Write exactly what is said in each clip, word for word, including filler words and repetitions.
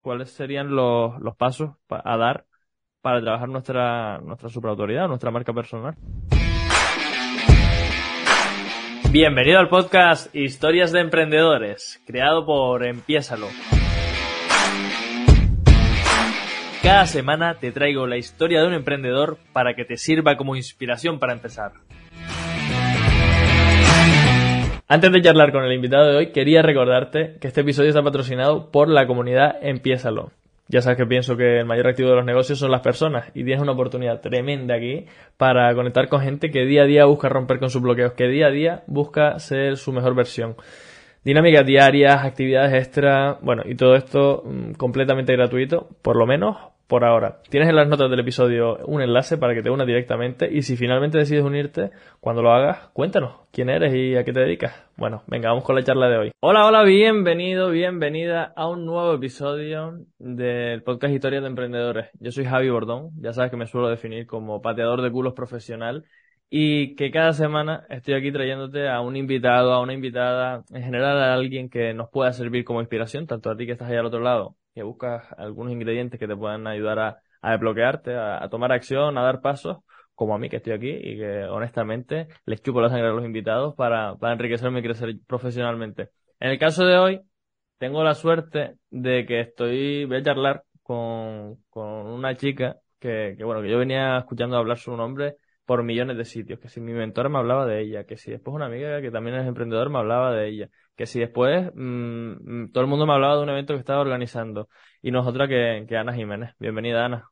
cuáles serían los, los pasos pa- a dar para trabajar nuestra, nuestra superautoridad, nuestra marca personal. Bienvenido al podcast Historias de Emprendedores, creado por Empiésalo. Cada semana te traigo la historia de un emprendedor para que te sirva como inspiración para empezar. Antes de charlar con el invitado de hoy, quería recordarte que este episodio está patrocinado por la comunidad Empiésalo. Ya sabes que pienso que el mayor activo de los negocios son las personas y tienes una oportunidad tremenda aquí para conectar con gente que día a día busca romper con sus bloqueos, que día a día busca ser su mejor versión. Dinámicas diarias, actividades extra, bueno, y todo esto mmm, completamente gratuito, por lo menos por ahora. Tienes en las notas del episodio un enlace para que te unas directamente y si finalmente decides unirte, cuando lo hagas, cuéntanos quién eres y a qué te dedicas. Bueno, venga, vamos con la charla de hoy. Hola, hola, bienvenido, bienvenida a un nuevo episodio del podcast Historias de Emprendedores. Yo soy Javi Bordón, ya sabes que me suelo definir como pateador de culos profesional y que cada semana estoy aquí trayéndote a un invitado, a una invitada, en general a alguien que nos pueda servir como inspiración, tanto a ti que estás allá al otro lado, que buscas algunos ingredientes que te puedan ayudar a, a desbloquearte, a, a tomar acción, a dar pasos, como a mí que estoy aquí y que honestamente les chupo la sangre a los invitados para, para enriquecerme y crecer profesionalmente. En el caso de hoy, tengo la suerte de que estoy, voy a charlar con, con una chica que, que bueno, que yo venía escuchando hablar su nombre por millones de sitios, que si mi mentor me hablaba de ella, que si después una amiga que también es emprendedor me hablaba de ella, que si después mmm, mmm, todo el mundo me hablaba de un evento que estaba organizando y no es otra que, que Ana Jiménez. Bienvenida, Ana.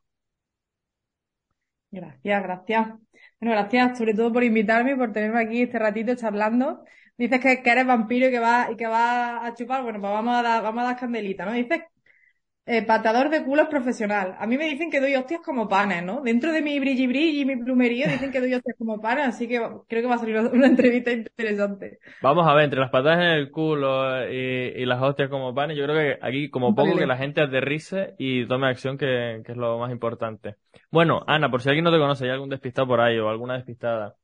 Gracias, gracias. Bueno, gracias sobre todo por invitarme y por tenerme aquí este ratito charlando. Dices que, que eres vampiro y que vas y que vas a chupar. Bueno, pues vamos a dar, vamos a dar candelita, ¿no? Dices eh, patador de culos profesional. A mí me dicen que doy hostias como panes, ¿no? Dentro de mi brilli brilli y mi plumerío dicen que doy hostias como panes, así que creo que va a salir una, una entrevista interesante. Vamos a ver, entre las patadas en el culo y, y las hostias como panes, yo creo que aquí como poco que Vale. la gente aterrice y tome acción, que, que es lo más importante. Bueno, Ana, por si alguien no te conoce, hay algún despistado por ahí o alguna despistada.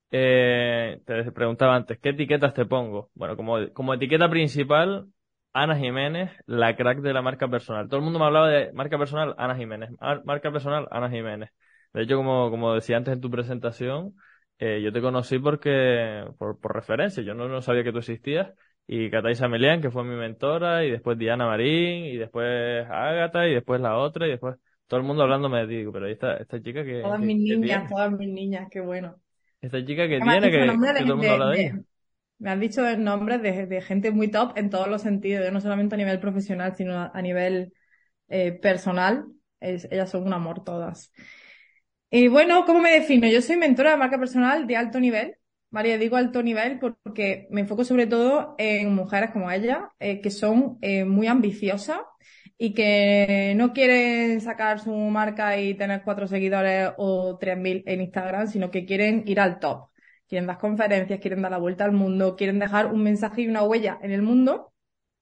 Eh, te preguntaba antes, ¿qué etiquetas te pongo? Bueno, como, como etiqueta principal, Ana Jiménez, la crack de la marca personal. Todo el mundo me hablaba de marca personal, Ana Jiménez. Mar- Marca personal, Ana Jiménez. De hecho, como, como decía antes en tu presentación, eh, yo te conocí porque, por, por referencia, yo no, no sabía que tú existías. Y Katais Amelian, que fue mi mentora, y después Diana Marín, y después Ágata, y después la otra, y después todo el mundo hablándome de ti. Digo, pero esta, esta chica que, Todas que, mis que niñas, tiene. todas mis niñas, qué bueno. Esta chica que Me has tiene, dicho que, nombres que todo de, el mundo de, habla de ella. de- me han dicho nombres de, de gente muy top en todos los sentidos, yo no solamente a nivel profesional, sino a, a nivel eh, personal. Es- ellas son un amor todas. Y bueno, ¿cómo me defino? Yo soy mentora de marca personal de alto nivel, ¿vale? Y digo alto nivel porque me enfoco sobre todo en mujeres como ella, eh, que son eh, muy ambiciosas y que no quieren sacar su marca y tener cuatro seguidores o tres mil en Instagram, sino que quieren ir al top. Quieren dar conferencias, quieren dar la vuelta al mundo, quieren dejar un mensaje y una huella en el mundo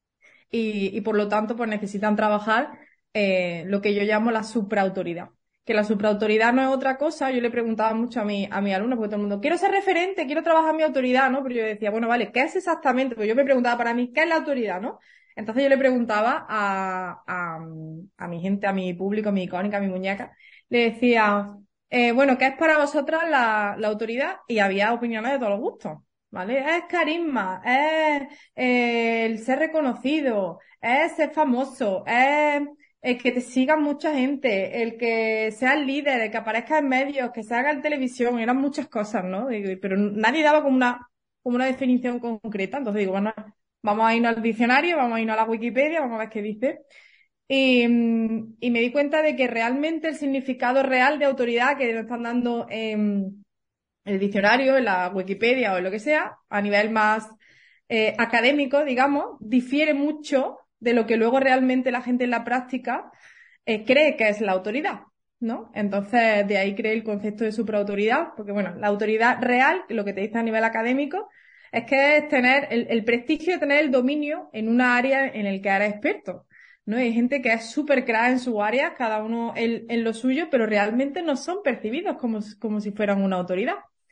y, y por lo tanto pues necesitan trabajar eh, lo que yo llamo la supraautoridad. Que la supraautoridad no es otra cosa, yo le preguntaba mucho a mi, a mi alumno, porque todo el mundo, quiero ser referente, quiero trabajar mi autoridad, ¿no? Pero yo decía, bueno, vale, ¿qué es exactamente? Porque yo me preguntaba para mí, ¿qué es la autoridad, no? Entonces yo le preguntaba a, a, a mi gente, a mi público, a mi icónica, a mi muñeca, le decía, eh, bueno, ¿qué es para vosotras la, la autoridad? Y había opiniones de todos los gustos, ¿vale? Es carisma, es eh, el ser reconocido, es ser famoso, es el que te siga mucha gente, el que seas líder, el que aparezca en medios, que se haga en televisión, eran muchas cosas, ¿no? Y- Pero nadie daba como una, como una definición concreta. Entonces digo, bueno, vamos a irnos al diccionario, vamos a irnos a la Wikipedia, vamos a ver qué dice. Y, mm, y me di cuenta de que realmente el significado real de autoridad que nos están dando en el diccionario, en la Wikipedia o en lo que sea, a nivel más eh, académico, digamos, difiere mucho de lo que luego realmente la gente en la práctica eh, cree que es la autoridad, ¿no? Entonces, de ahí creé el concepto de supraautoridad, porque bueno, la autoridad real, lo que te dice a nivel académico, es que es tener el, el prestigio de tener el dominio en una área en el que eres experto. ¿No? Hay gente que es súper crack en su área, cada uno en, en lo suyo, pero realmente no son percibidos como, como si fueran una autoridad.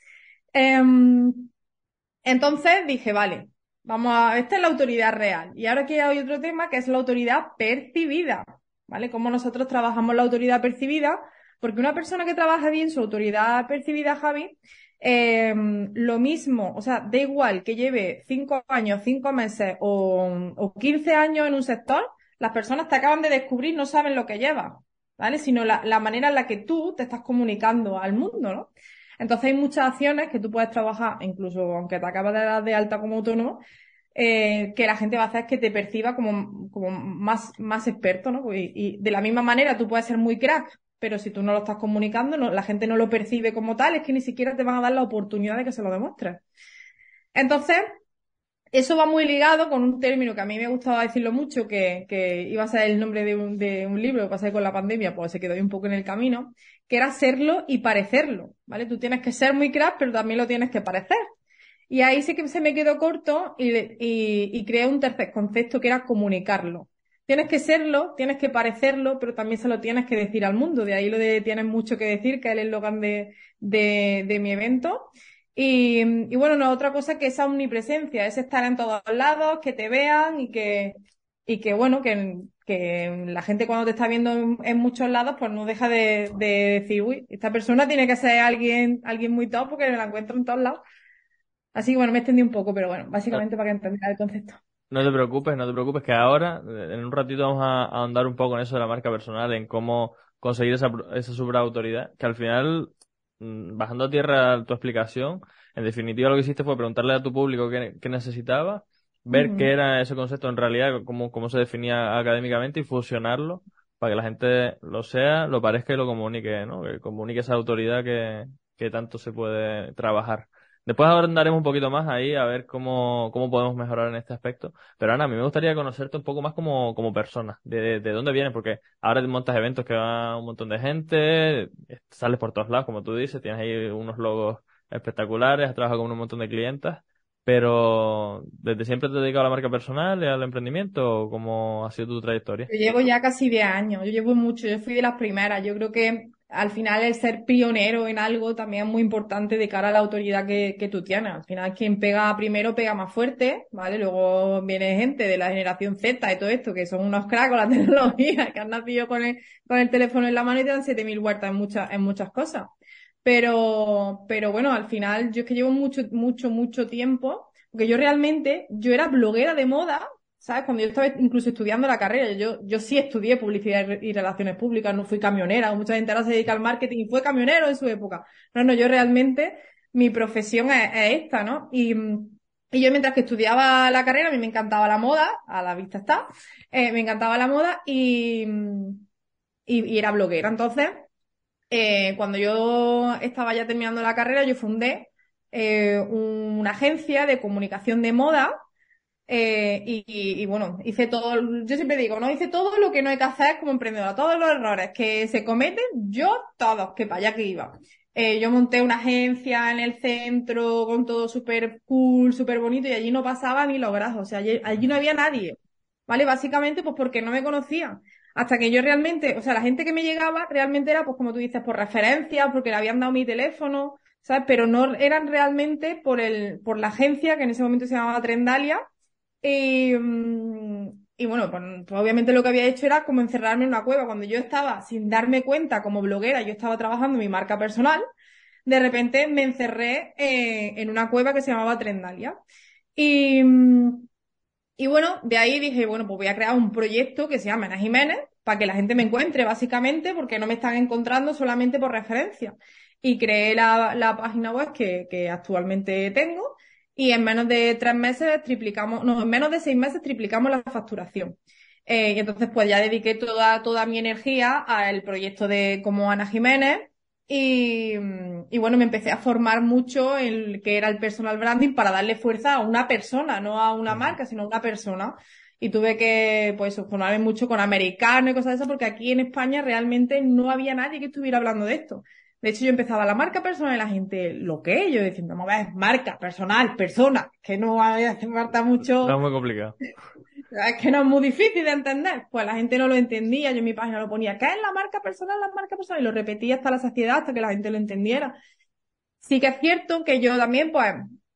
Em, entonces dije, vale, vamos a, esta es la autoridad real. Y ahora aquí hay otro tema que es la autoridad percibida. ¿vale? Cómo nosotros trabajamos la autoridad percibida, porque una persona que trabaja bien su autoridad percibida, Javi, eh, lo mismo, o sea, da igual que lleve cinco años, cinco meses o, o quince años en un sector, las personas te acaban de descubrir, no saben lo que llevas, ¿vale? Sino la, la manera en la que tú te estás comunicando al mundo, ¿no? Entonces hay muchas acciones que tú puedes trabajar, incluso aunque te acabas de dar de alta como autónomo, eh, que la gente va a hacer que te perciba como, como más, más experto, ¿no? Y, y de la misma manera tú puedes ser muy crack, pero si tú no lo estás comunicando, no, la gente no lo percibe como tal, es que ni siquiera te van a dar la oportunidad de que se lo demuestres. Entonces, eso va muy ligado con un término que a mí me gustaba decirlo mucho, que, que iba a ser el nombre de un, de un libro que pasé con la pandemia, pues se quedó ahí un poco en el camino, que era serlo y parecerlo, ¿vale? Tú tienes que ser muy crack, pero también lo tienes que parecer. Y ahí sí que se me quedó corto y, y, y creé un tercer concepto que era comunicarlo. Tienes que serlo, tienes que parecerlo, pero también se lo tienes que decir al mundo. De ahí lo de tienes mucho que decir, que es el eslogan de, de, de mi evento. Y, y bueno, no, otra cosa que esa omnipresencia, es estar en todos lados, que te vean y que, y que bueno, que, que la gente cuando te está viendo en, en muchos lados, pues no deja de, de decir, uy, esta persona tiene que ser alguien, alguien muy top porque la encuentro en todos lados. Así que bueno, me extendí un poco, pero bueno, No, básicamente para que entendiera el concepto. no te preocupes, no te preocupes, que ahora, eh, en un ratito vamos a, a ahondar un poco en eso de la marca personal, en cómo conseguir esa, pro- esa superautoridad, que al final, mm, bajando a tierra tu explicación, en definitiva lo que hiciste fue preguntarle a tu público qué, qué necesitaba, ver qué Ujú. era ese concepto en realidad, cómo, cómo se definía académicamente y fusionarlo para que la gente lo sea, lo parezca y lo comunique, ¿no? Que comunique esa autoridad que, que tanto se puede trabajar. Después ahora andaremos un poquito más ahí a ver cómo, cómo podemos mejorar en este aspecto. Pero Ana, a mí me gustaría conocerte un poco más como, como persona, de, de dónde vienes, porque ahora te montas eventos que va un montón de gente, sales por todos lados, como tú dices, tienes ahí unos logos espectaculares, has trabajado con un montón de clientes, pero ¿desde siempre te has dedicado a la marca personal y al emprendimiento o cómo ha sido tu trayectoria? Yo llevo ya casi diez años, yo llevo mucho, yo fui de las primeras. Yo creo que al final el ser pionero en algo también es muy importante de cara a la autoridad que, que tú tienes. Al final quien pega primero pega más fuerte, ¿vale? Luego viene gente de la generación Z y todo esto, que son unos cracks con la tecnología, que han nacido con el, con el teléfono en la mano y te dan siete mil vueltas en muchas, en muchas cosas. Pero, pero bueno, al final yo es que llevo mucho, mucho, mucho tiempo, porque yo realmente, yo era bloguera de moda. ¿Sabes? Cuando yo estaba incluso estudiando la carrera, yo, yo sí estudié publicidad y re- y relaciones públicas, no fui camionera. Mucha gente ahora se dedica al marketing y fue camionero en su época. No, no, yo realmente, mi profesión es, es esta, ¿no? Y, mm, y yo mientras que estudiaba la carrera, a mí me encantaba la moda, a la vista está, eh, me encantaba la moda y, mm, y, y era bloguera. Entonces, eh, cuando yo estaba ya terminando la carrera, yo fundé eh, una agencia de comunicación de moda. Eh, y, y- y bueno, hice todo, yo siempre digo, no hice todo lo que no hay que hacer como emprendedora, todos los errores que se cometen, yo todos, que para allá que iba. Eh, yo monté una agencia en el centro con todo súper cool, súper bonito y allí no pasaba ni los brazos, o sea, allí, allí no había nadie, ¿vale? Básicamente pues porque no me conocían. Hasta que yo realmente, o sea, la gente que me llegaba realmente era, pues como tú dices, por referencia, porque le habían dado mi teléfono, ¿sabes? Pero no eran realmente por el, por la agencia que en ese momento se llamaba Trendalia y, mm, y bueno, pues, pues obviamente lo que había hecho era como encerrarme en una cueva. Cuando yo estaba, sin darme cuenta, como bloguera, yo estaba trabajando en mi marca personal, de repente me encerré eh, en una cueva que se llamaba Trendalia. Y, mm, y bueno, de ahí dije, bueno, pues voy a crear un proyecto que se llama Ana Jiménez, para que la gente me encuentre, básicamente, porque no me están encontrando solamente por referencia. Y creé la, la página web que, que actualmente tengo, y en menos de tres meses triplicamos, no, en menos de seis meses triplicamos la facturación. Eh, y entonces, pues ya dediqué toda, toda mi energía al proyecto de como Ana Jiménez. Y, y bueno, me empecé a formar mucho en que era el personal branding para darle fuerza a una persona, no a una Ujú. marca, sino a una persona. Y tuve que, pues, formarme mucho con americanos y cosas de eso, porque aquí en España realmente no había nadie que estuviera hablando de esto. De hecho, yo empezaba la marca personal y la gente, ¿lo qué? Yo diciendo, vamos a ver, marca, personal, persona, que no hace falta No mucho. es muy complicado. Es que no es muy difícil de entender. Pues la gente no lo entendía. Yo en mi página lo ponía, ¿qué es la marca personal? La marca personal. Y lo repetía hasta la saciedad, hasta que la gente lo entendiera. Sí que es cierto que yo también, pues,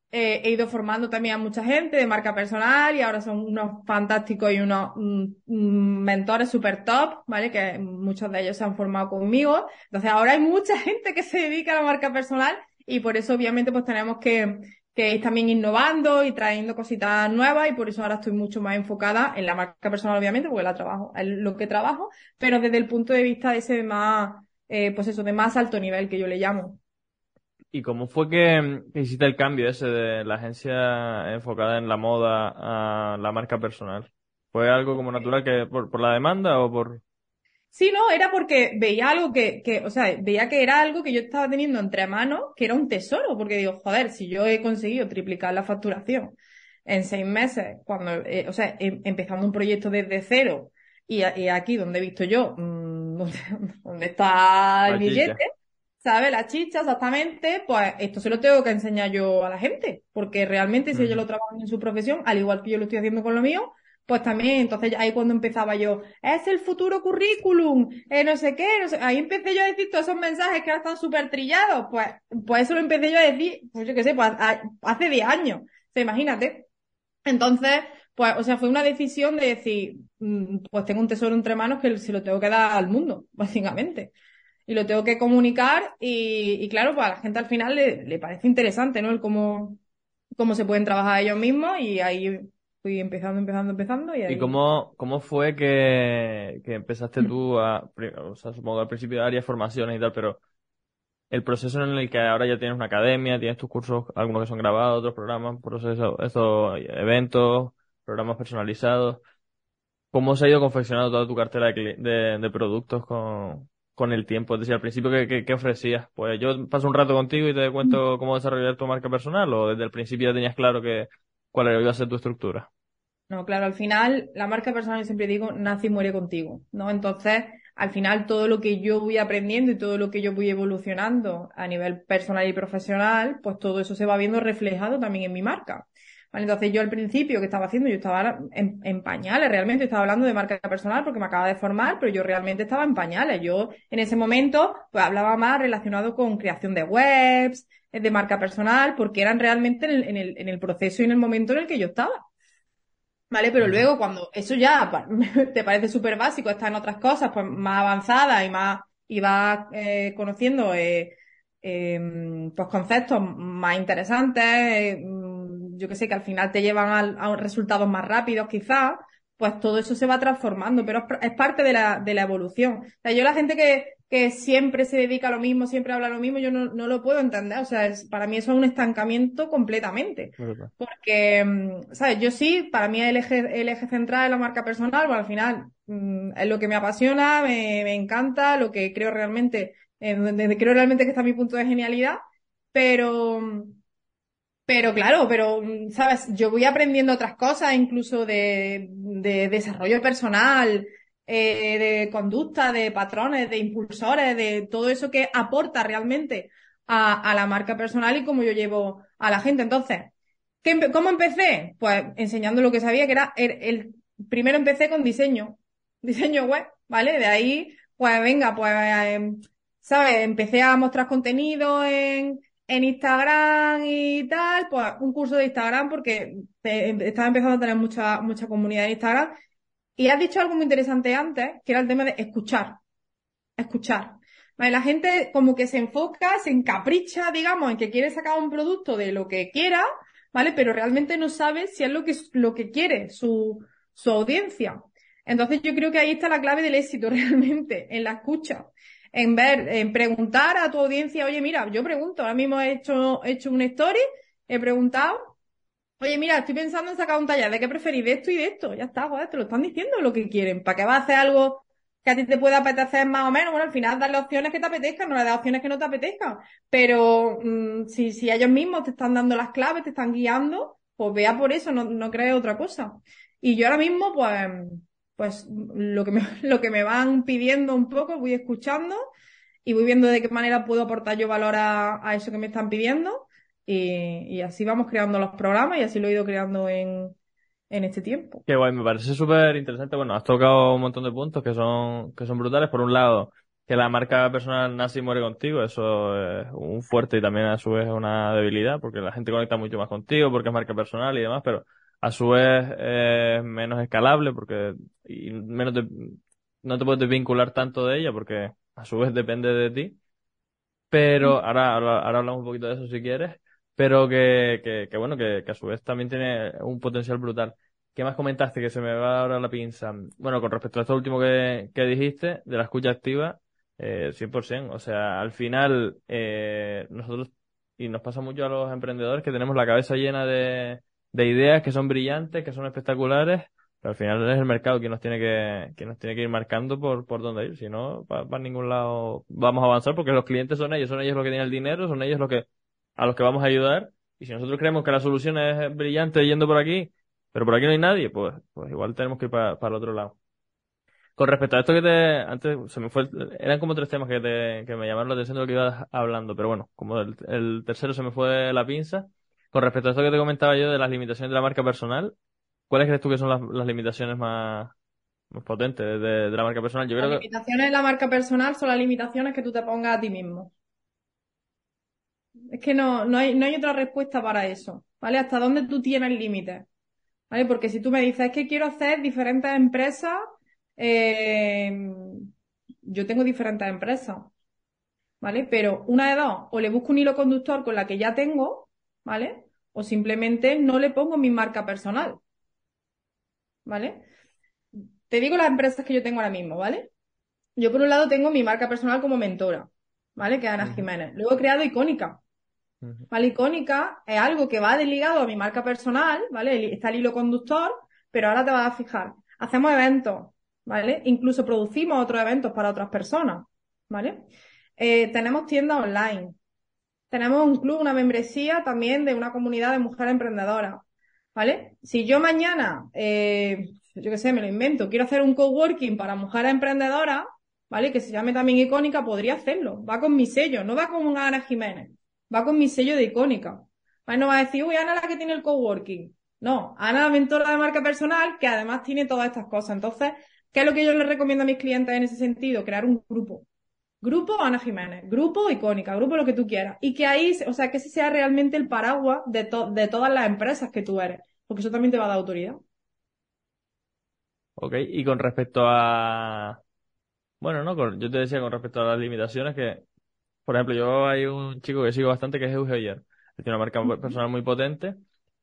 eh, he ido formando también a mucha gente de marca personal y ahora son unos fantásticos y unos mm, mm, mentores super top, ¿vale? Que muchos de ellos se han formado conmigo. Entonces ahora hay mucha gente que se dedica a la marca personal y por eso obviamente pues tenemos que, que ir también innovando y trayendo cositas nuevas y por eso ahora estoy mucho más enfocada en la marca personal obviamente porque la trabajo, es lo que trabajo, pero desde el punto de vista de ese más, eh, pues eso, de más alto nivel que yo le llamo. ¿Y cómo fue que, que hiciste el cambio ese de la agencia enfocada en la moda a la marca personal? ¿Fue algo como natural que por, por la demanda o por...? Sí, no, era porque veía algo que, que, o sea, veía que era algo que yo estaba teniendo entre manos, que era un tesoro, porque digo, joder, si yo he conseguido triplicar la facturación en seis meses, cuando, eh, o sea, em- empezando un proyecto desde cero, y, a- y aquí donde he visto yo, mm, ¿dónde, dónde está el La chicha. billete? ¿Sabes? La chicha, exactamente, pues esto se lo tengo que enseñar yo a la gente, porque realmente si ellos Ujú. lo trabajan en su profesión, al igual que yo lo estoy haciendo con lo mío, pues también, entonces ahí cuando empezaba yo, es el futuro currículum, eh, no sé qué, no sé- ahí empecé yo a decir todos esos mensajes que ahora están súper trillados, pues, pues eso lo empecé yo a decir, pues yo qué sé, pues a- hace diez años, o sea, imagínate. Entonces, pues, o sea, fue una decisión de decir, mm, pues tengo un tesoro entre manos que se lo tengo que dar al mundo, básicamente. Y lo tengo que comunicar y, y claro, pues a la gente al final le, le parece interesante, ¿no? El cómo, cómo se pueden trabajar ellos mismos y ahí fui empezando, empezando, empezando y ¿Y ahí. cómo, cómo fue que, que empezaste tú a, pri- o sea, supongo al principio harías formaciones y tal, pero el proceso en el que ahora ya tienes una academia, tienes tus cursos, algunos que son grabados, otros programas, procesos, estos eventos, programas personalizados, ¿cómo se ha ido confeccionando toda tu cartera de, cli- de, de productos con, con el tiempo? Es decir, al principio, ¿qué, qué, qué ofrecías? Pues yo paso un rato contigo y te cuento cómo desarrollar tu marca personal, o desde el principio ya tenías claro que cuál era- iba a ser tu estructura. No, claro, al final la marca personal, yo siempre digo, nace y muere contigo, ¿no? Entonces, al final todo lo que yo voy aprendiendo y todo lo que yo voy evolucionando a nivel personal y profesional, pues todo eso se va viendo reflejado también en mi marca. ¿Vale? Entonces yo al principio que estaba haciendo, yo estaba en, en pañales, realmente estaba hablando de marca personal porque me acaba de formar, pero yo realmente estaba en pañales. Yo en ese momento pues hablaba más relacionado con creación de webs, eh, de marca personal, porque eran realmente en el, en el, en el proceso y en el momento en el que yo estaba. ¿Vale? Pero Ujú. luego cuando eso ya pa- te parece súper básico, está en otras cosas pues más avanzadas y más y vas eh, conociendo eh, eh, pues conceptos más interesantes, eh, mm, yo que sé, que al final te llevan al- a, resultados más rápidos quizás, pues todo eso se va transformando, pero es, pr- es parte de la, de la evolución. O sea, yo la gente que, que siempre se dedica a lo mismo, siempre habla lo mismo, yo no, no lo puedo entender. O sea, es- para mí eso es un estancamiento completamente. ¿Verdad? Porque, mm, ¿sabes? Yo sí, para mí el eje, el eje central es la marca personal, bueno, al final mm, es lo que me apasiona, me, me encanta, lo que creo realmente, eh, donde creo realmente que está mi punto de genialidad, pero, pero claro, pero, mm, ¿sabes? Yo voy aprendiendo otras cosas, incluso de, de desarrollo personal, eh, de conducta, de patrones, de impulsores, de todo eso que aporta realmente a, a la marca personal y cómo yo llevo a la gente. Entonces, ¿qué empe- ¿cómo empecé? Pues enseñando lo que sabía, que era el, el- primero empecé con diseño, diseño web, ¿vale? De ahí, pues venga, pues, em, ¿sabes? Empecé a mostrar contenido en, en Instagram y tal, pues un curso de Instagram porque te- estaba empezando a tener mucha, mucha comunidad en Instagram. Y has dicho algo muy interesante antes, que era el tema de escuchar, escuchar. Vale, la gente como que se enfoca, se encapricha, digamos, en que quiere sacar un producto de lo que quiera, ¿vale? Pero realmente no sabe si es lo que, lo que quiere su, su audiencia. Entonces yo creo que ahí está la clave del éxito realmente, en la escucha. En ver, en preguntar a tu audiencia, oye, mira, yo pregunto, ahora mismo he hecho, he hecho una story, he preguntado, oye, mira, estoy pensando en sacar un taller, ¿de qué preferís? De esto y de esto. Ya está, joder, te lo están diciendo lo que quieren. ¿Para qué vas a hacer algo que a ti te pueda apetecer más o menos? Bueno, al final darle opciones que te apetezcan, no le das opciones que no te apetezcan. Pero mm, si, si ellos mismos te están dando las claves, te están guiando, pues vea por eso, no, no crees otra cosa. Y yo ahora mismo, pues, pues lo que me, lo que me van pidiendo un poco, voy escuchando y voy viendo de qué manera puedo aportar yo valor a, a eso que me están pidiendo. Y, y así vamos creando los programas y así lo he ido creando en, en este tiempo. Qué guay, me parece súper interesante. Bueno, has tocado un montón de puntos que son, que son brutales. Por un lado, que la marca personal nace y muere contigo, eso es un fuerte y también a su vez es una debilidad, porque la gente conecta mucho más contigo porque es marca personal y demás, pero a su vez es menos escalable porque y menos te- no te puedes desvincular tanto de ella porque a su vez depende de ti. Pero ahora, ahora, ahora hablamos un poquito de eso si quieres, pero que, que, que bueno, que, que a su vez también tiene un potencial brutal. ¿Qué más comentaste? Que se me va ahora la pinza. Bueno, con respecto a esto último que, que dijiste, de la escucha activa, eh, cien por ciento. O sea, al final, eh, nosotros, y nos pasa mucho a los emprendedores, que tenemos la cabeza llena de, de ideas que son brillantes, que son espectaculares, pero al final es el mercado quien nos tiene que, quien nos tiene que ir marcando por, por dónde ir. Si no, para ningún lado vamos a avanzar porque los clientes son ellos, son ellos los que tienen el dinero, son ellos los que, a los que vamos a ayudar. Y si nosotros creemos que la solución es brillante yendo por aquí, pero por aquí no hay nadie, pues, pues igual tenemos que ir para, para el otro lado. Con respecto a esto que te, antes se me fue, el- eran como tres temas que te, que me llamaron la atención de lo que ibas hablando, pero bueno, como el, el tercero se me fue la pinza. Con respecto a esto que te comentaba yo de las limitaciones de la marca personal, ¿cuáles crees tú que son las, las limitaciones más, más potentes de, de la marca personal? Yo Las creo que, limitaciones de la marca personal son las limitaciones que tú te pongas a ti mismo. Es que no, no hay, no hay otra respuesta para eso, ¿vale? ¿Hasta dónde tú tienes límites? ¿Vale? Porque si tú me dices "Es que quiero hacer diferentes empresas, eh, yo tengo diferentes empresas, ¿vale? Pero una de dos, o le busco un hilo conductor con la que ya tengo, ¿vale? O simplemente no le pongo mi marca personal, ¿vale? Te digo las empresas que yo tengo ahora mismo, ¿vale? Yo por un lado tengo mi marca personal como mentora, ¿vale? Que es Ana Ujú, Jiménez. Luego he creado Icónica. ujú, ¿Vale? Icónica es algo que va desligado a mi marca personal, ¿vale? El- Está el hilo conductor, pero ahora te vas a fijar. Hacemos eventos, ¿vale? Incluso producimos otros eventos para otras personas, ¿vale? Eh, tenemos tiendas online. Tenemos un club, una membresía también de una comunidad de mujeres emprendedoras, ¿vale? Si yo mañana, eh, yo qué sé, me lo invento, quiero hacer un coworking para mujeres emprendedoras, ¿vale? Que se llame también Icónica, podría hacerlo. Va con mi sello, no va con Ana Jiménez, va con mi sello de Icónica. ¿Vale? No va a decir, uy, Ana la que tiene el coworking. No, Ana la mentora de marca personal que además tiene todas estas cosas. Entonces, ¿qué es lo que yo les recomiendo a mis clientes en ese sentido? Crear un grupo. Grupo Ana Jiménez, grupo Icónica, grupo lo que tú quieras. Y que ahí, o sea, que ese sea realmente el paraguas de, to- de todas las empresas que tú eres. Porque eso también te va a dar autoridad. ok, y con respecto a, bueno, no, con- yo te decía con respecto a las limitaciones que, por ejemplo, yo hay un chico que sigo bastante que es Euge Oyer. Él tiene una marca Ujú. personal muy potente,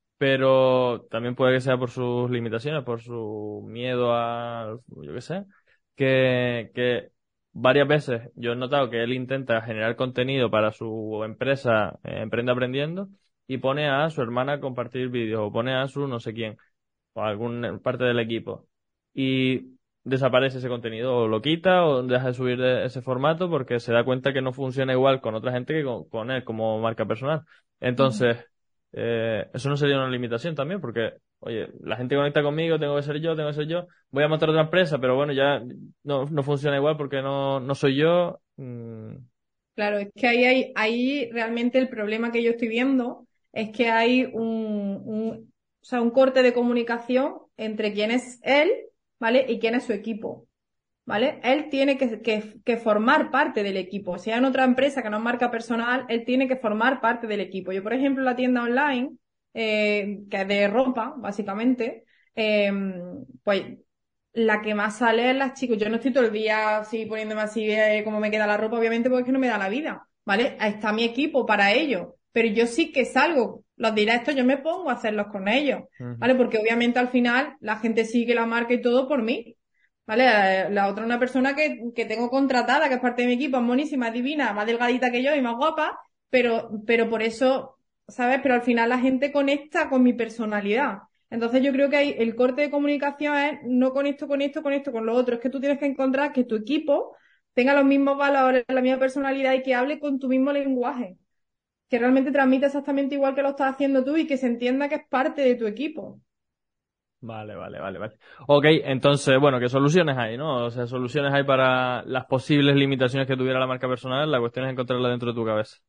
pero también puede que sea por sus limitaciones, por su miedo a, yo qué sé, que, que varias veces yo he notado que él intenta generar contenido para su empresa eh, Emprende Aprendiendo y pone a su hermana a compartir vídeos o pone a su no sé quién o a alguna parte del equipo y desaparece ese contenido o lo quita o deja de subir de ese formato porque se da cuenta que no funciona igual con otra gente que con, con él como marca personal. Ujú. Entonces, eh, eso no sería una limitación también, porque, oye, la gente conecta conmigo, tengo que ser yo, tengo que ser yo. Voy a montar otra empresa, pero bueno, ya no, no funciona igual porque no, no soy yo. Mm, Claro, es que ahí hay, ahí realmente el problema que yo estoy viendo es que hay un, un, o sea, un corte de comunicación entre quién es él, ¿vale? Y quién es su equipo. ¿Vale? Él tiene que, que, que formar parte del equipo. Si hay en otra empresa que no es marca personal, él tiene que formar parte del equipo. Yo, por ejemplo, la tienda online, eh, que es de ropa, básicamente, eh, pues la que más sale es las chicas. Yo no estoy todo el día así poniéndome así eh, cómo me queda la ropa, obviamente, porque es que no me da la vida, ¿vale? Está mi equipo para ello. Pero yo sí que salgo. Los directos yo me pongo a hacerlos con ellos, ujú. ¿vale? Porque obviamente al final la gente sigue la marca y todo por mí. ¿Vale? La, la otra es una persona que, que tengo contratada, que es parte de mi equipo, es monísima, es divina, más delgadita que yo y más guapa, pero, pero por eso, ¿sabes? Pero al final la gente conecta con mi personalidad. Entonces yo creo que hay, el corte de comunicación es no con esto, con esto, con esto, con lo otro. Es que tú tienes que encontrar que tu equipo tenga los mismos valores, la misma personalidad y que hable con tu mismo lenguaje. Que realmente transmita exactamente igual que lo estás haciendo tú y que se entienda que es parte de tu equipo. Vale, vale, vale, vale. Ok, entonces, bueno, ¿qué soluciones hay, no? O sea, soluciones hay para las posibles limitaciones que tuviera la marca personal, la cuestión es encontrarla dentro de tu cabeza.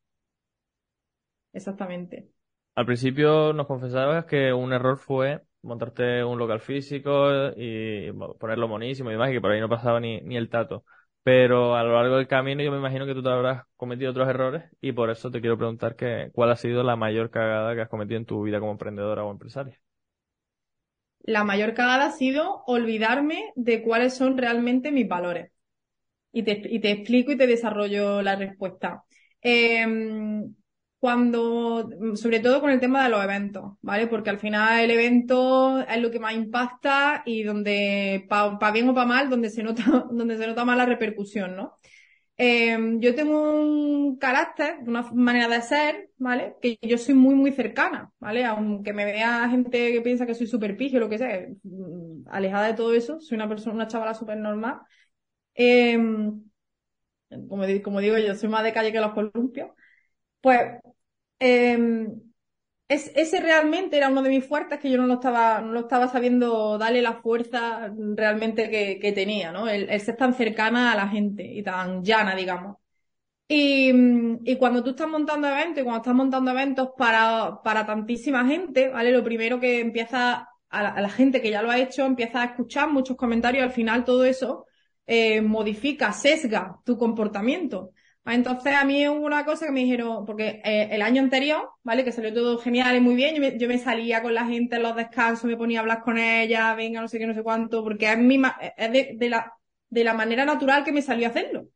Exactamente. Al principio nos confesabas que un error fue montarte un local físico y bueno, ponerlo monísimo y demás, y que por ahí no pasaba ni, ni el tato. pero a lo largo del camino yo me imagino que tú te habrás cometido otros errores y por eso te quiero preguntar que, ¿cuál ha sido la mayor cagada que has cometido en tu vida como emprendedora o empresaria? La mayor cagada ha sido olvidarme de cuáles son realmente mis valores. Y te, y te explico y te desarrollo la respuesta. Eh, cuando, sobre todo con el tema de los eventos, ¿vale? Porque al final el evento es lo que más impacta y donde, para bien o para mal, donde se nota, donde se nota más la repercusión, ¿no? Eh, yo tengo un carácter, una manera de ser, ¿vale? Que yo soy muy, muy cercana, ¿vale? Aunque me vea gente que piensa que soy súper pija o lo que sea, mm, alejada de todo eso, soy una persona, una chavala súper normal. Eh, como, di- como digo yo, soy más de calle que los columpios. Pues eh, es, ese realmente era uno de mis fuertes que yo no lo estaba, no lo estaba sabiendo darle la fuerza realmente que, que tenía, ¿no? El, el ser tan cercana a la gente y tan llana, digamos. Y, mm, y cuando tú estás montando eventos, y cuando estás montando eventos para, para tantísima gente, ¿vale? Lo primero que empieza a la, a la gente que ya lo ha hecho, empieza a escuchar muchos comentarios, al final todo eso eh, modifica, sesga tu comportamiento. Ah, Entonces a mí hubo una cosa que me dijeron, porque eh, el año anterior, ¿vale? Que salió todo genial y muy bien, yo me, yo me salía con la gente en los descansos, me ponía a hablar con ella, venga, no sé qué, no sé cuánto, porque es, mi, ma- es de, de la, de la manera natural que me salió a hacerlo.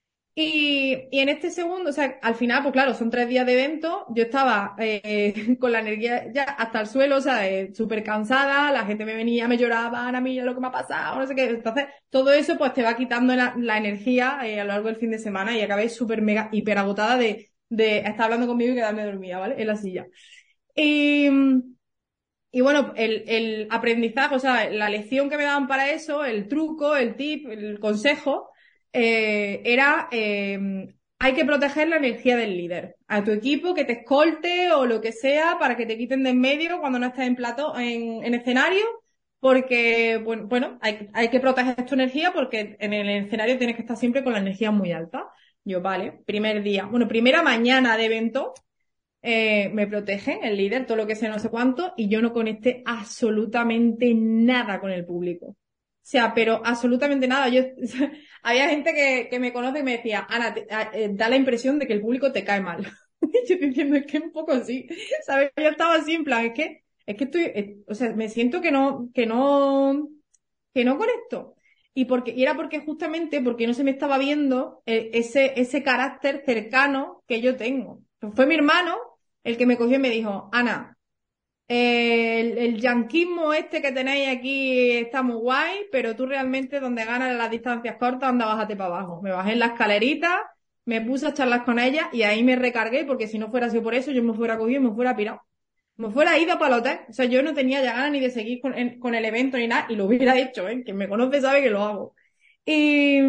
Y, y en este segundo, o sea, al final, pues claro, son tres días de evento, yo estaba eh, con la energía ya hasta el suelo, o sea, eh, súper cansada, la gente me venía, me lloraba, Ana, mira lo que me ha pasado, no sé qué. Entonces, todo eso pues te va quitando la, la energía eh, a lo largo del fin de semana y acabé súper mega, hiper agotada de, de estar hablando conmigo y quedarme dormida, ¿vale? En la silla. Y, y bueno, el, el aprendizaje, o sea, la lección que me daban para eso, el truco, el tip, el consejo, eh, era eh, hay que proteger la energía del líder. A tu equipo que te escolte o lo que sea para que te quiten de en medio cuando no estés en plato, en, en escenario, porque, bueno, bueno, hay, hay que proteger tu energía porque en el escenario tienes que estar siempre con la energía muy alta. Yo, vale, primer día, bueno, primera mañana de evento eh, me protegen, el líder, todo lo que sea, no sé cuánto, y yo no conecté absolutamente nada con el público. O sea, pero absolutamente nada. Yo, había gente que, que me conoce y me decía, Ana, te- a- eh, da la impresión de que el público te cae mal. Y yo diciendo, es que un poco así, ¿sabes? Yo estaba así, en plan, es que, es que estoy, eh, o sea, me siento que no, que no, que no conecto. Y porque, y era porque justamente, porque no se me estaba viendo eh, ese, ese carácter cercano que yo tengo. Fue mi hermano el que me cogió y me dijo, Ana, eh, el, el yanquismo este que tenéis aquí está muy guay, pero tú realmente donde ganas en las distancias cortas, anda, bájate para abajo. Me bajé en la escalerita, me puse a charlar con ella y ahí me recargué, porque si no fuera sido por eso, yo me fuera cogido y me fuera pirado. Me fuera ido para el hotel. O sea, yo no tenía ya ganas ni de seguir con, en- con el evento ni nada, y lo hubiera hecho, ¿eh? Quien me conoce sabe que lo hago. Y,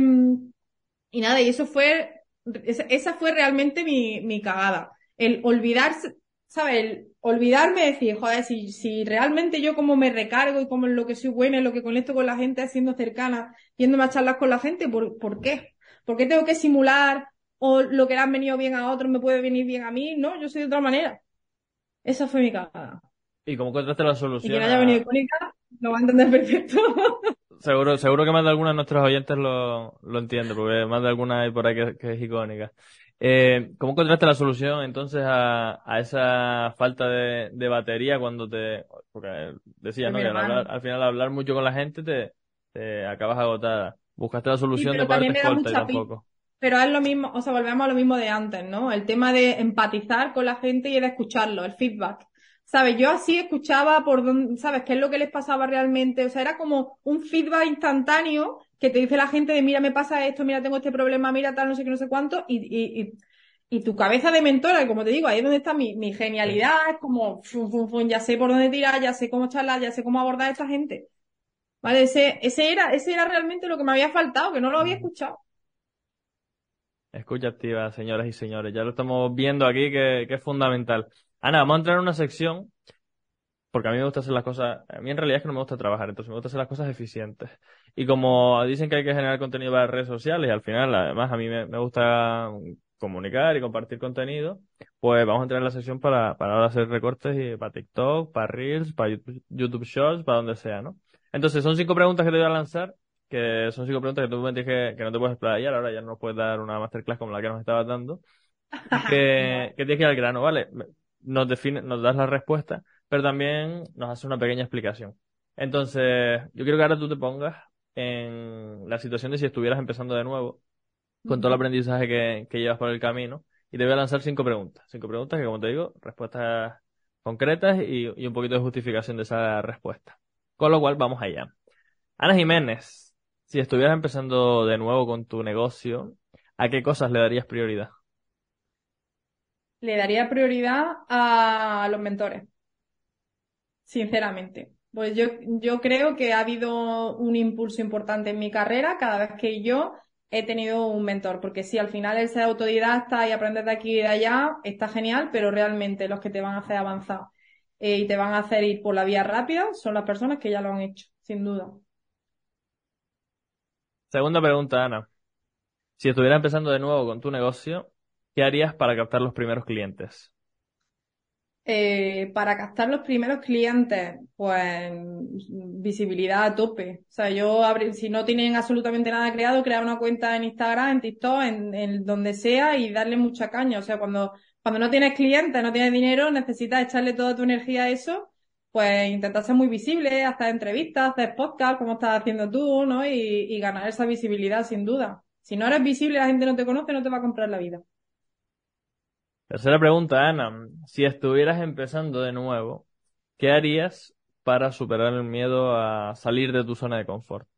y nada, y eso fue, esa, esa fue realmente mi, mi cagada. El olvidarse, ¿sabes? El olvidarme de decir, joder, si, si realmente yo como me recargo y como en lo que soy buena, en lo que conecto con la gente, siendo cercana, yéndome a charlar con la gente, ¿por, por qué? ¿Por qué tengo que simular o lo que le han venido bien a otros me puede venir bien a mí? No, yo soy de otra manera. Esa fue mi cagada. ¿Y cómo encontraste la Y quien solución haya venido a... icónica lo va a entender perfecto. Seguro, seguro que más de alguna de nuestros oyentes lo, lo entiende, porque más de alguna hay por ahí que, que es icónica. Eh, ¿cómo encontraste la solución entonces a, a esa falta de, de batería cuando te... Porque decía, Pues ¿no? mi Que al hablar, hermano. al final hablar mucho con la gente te, te acabas agotada. Buscaste la Sí, solución de pero parte también me da escolta y mucha pista. tampoco. Pero es lo mismo, o sea, volvemos a lo mismo de antes, ¿no? El tema de empatizar con la gente y de escucharlo, el feedback. ¿Sabes? Yo así escuchaba por dónde, ¿sabes? ¿Qué es lo que les pasaba realmente? O sea, era como un feedback instantáneo que te dice la gente de, mira, me pasa esto, mira, tengo este problema, mira, tal, no sé qué, no sé cuánto, y, y, y, y tu cabeza de mentora, como te digo, ahí es donde está mi, mi Sí. genialidad, es como, fum, fum, fum, ya sé por dónde tirar, ya sé cómo charlar, ya sé cómo abordar a esta gente. ¿Vale? Ese, ese era, ese era realmente lo que me había faltado, que no lo había Ujú. escuchado. Escucha activa, señoras y señores. Ya lo estamos viendo aquí que, que es fundamental. Ana, vamos a entrar en una sección porque a mí me gusta hacer las cosas, a mí en realidad es que no me gusta trabajar, entonces me gusta hacer las cosas eficientes. Y como dicen que hay que generar contenido para redes sociales, y al final, además, a mí me, me gusta comunicar y compartir contenido, pues vamos a entrar en la sección para, para ahora hacer recortes y para TikTok, para Reels, para YouTube, YouTube Shorts, para donde sea, ¿no? Entonces, son cinco preguntas que te voy a lanzar que son cinco preguntas que tú me dijiste que, que no te puedes explayar, ahora ya no nos puedes dar una masterclass como la que nos estabas dando, y que, que tienes que ir al grano, ¿vale? Nos define, nos das la respuesta, pero también nos hace una pequeña explicación. Entonces, yo quiero que ahora tú te pongas en la situación de si estuvieras empezando de nuevo, con todo el aprendizaje que, que llevas por el camino, y te voy a lanzar cinco preguntas. Cinco preguntas que, como te digo, respuestas concretas y, y un poquito de justificación de esa respuesta. Con lo cual, vamos allá. Ana Jiménez, si estuvieras empezando de nuevo con tu negocio, ¿a qué cosas le darías prioridad? Le daría prioridad a los mentores, sinceramente. Pues yo, yo creo que ha habido un impulso importante en mi carrera cada vez que yo he tenido un mentor, porque sí, al final el ser autodidacta y aprender de aquí y de allá está genial, pero realmente los que te van a hacer avanzar eh, y te van a hacer ir por la vía rápida son las personas que ya lo han hecho, sin duda. Segunda pregunta, Ana. Si estuvieras empezando de nuevo con tu negocio, ¿qué harías para captar los primeros clientes? Eh, para captar los primeros clientes, pues visibilidad a tope. O sea, yo abrí- si no tienen absolutamente nada creado, crear una cuenta en Instagram, en TikTok, en, en donde sea y darle mucha caña. O sea, cuando, cuando no tienes clientes, no tienes dinero, necesitas echarle toda tu energía a eso, pues intentar ser muy visible, hacer entrevistas, hacer podcast, como estás haciendo tú, ¿no? Y, y ganar esa visibilidad, sin duda. Si no eres visible, la gente no te conoce, no te va a comprar la vida. Tercera pregunta, Ana. Si estuvieras empezando de nuevo, ¿qué harías para superar el miedo a salir de tu zona de confort?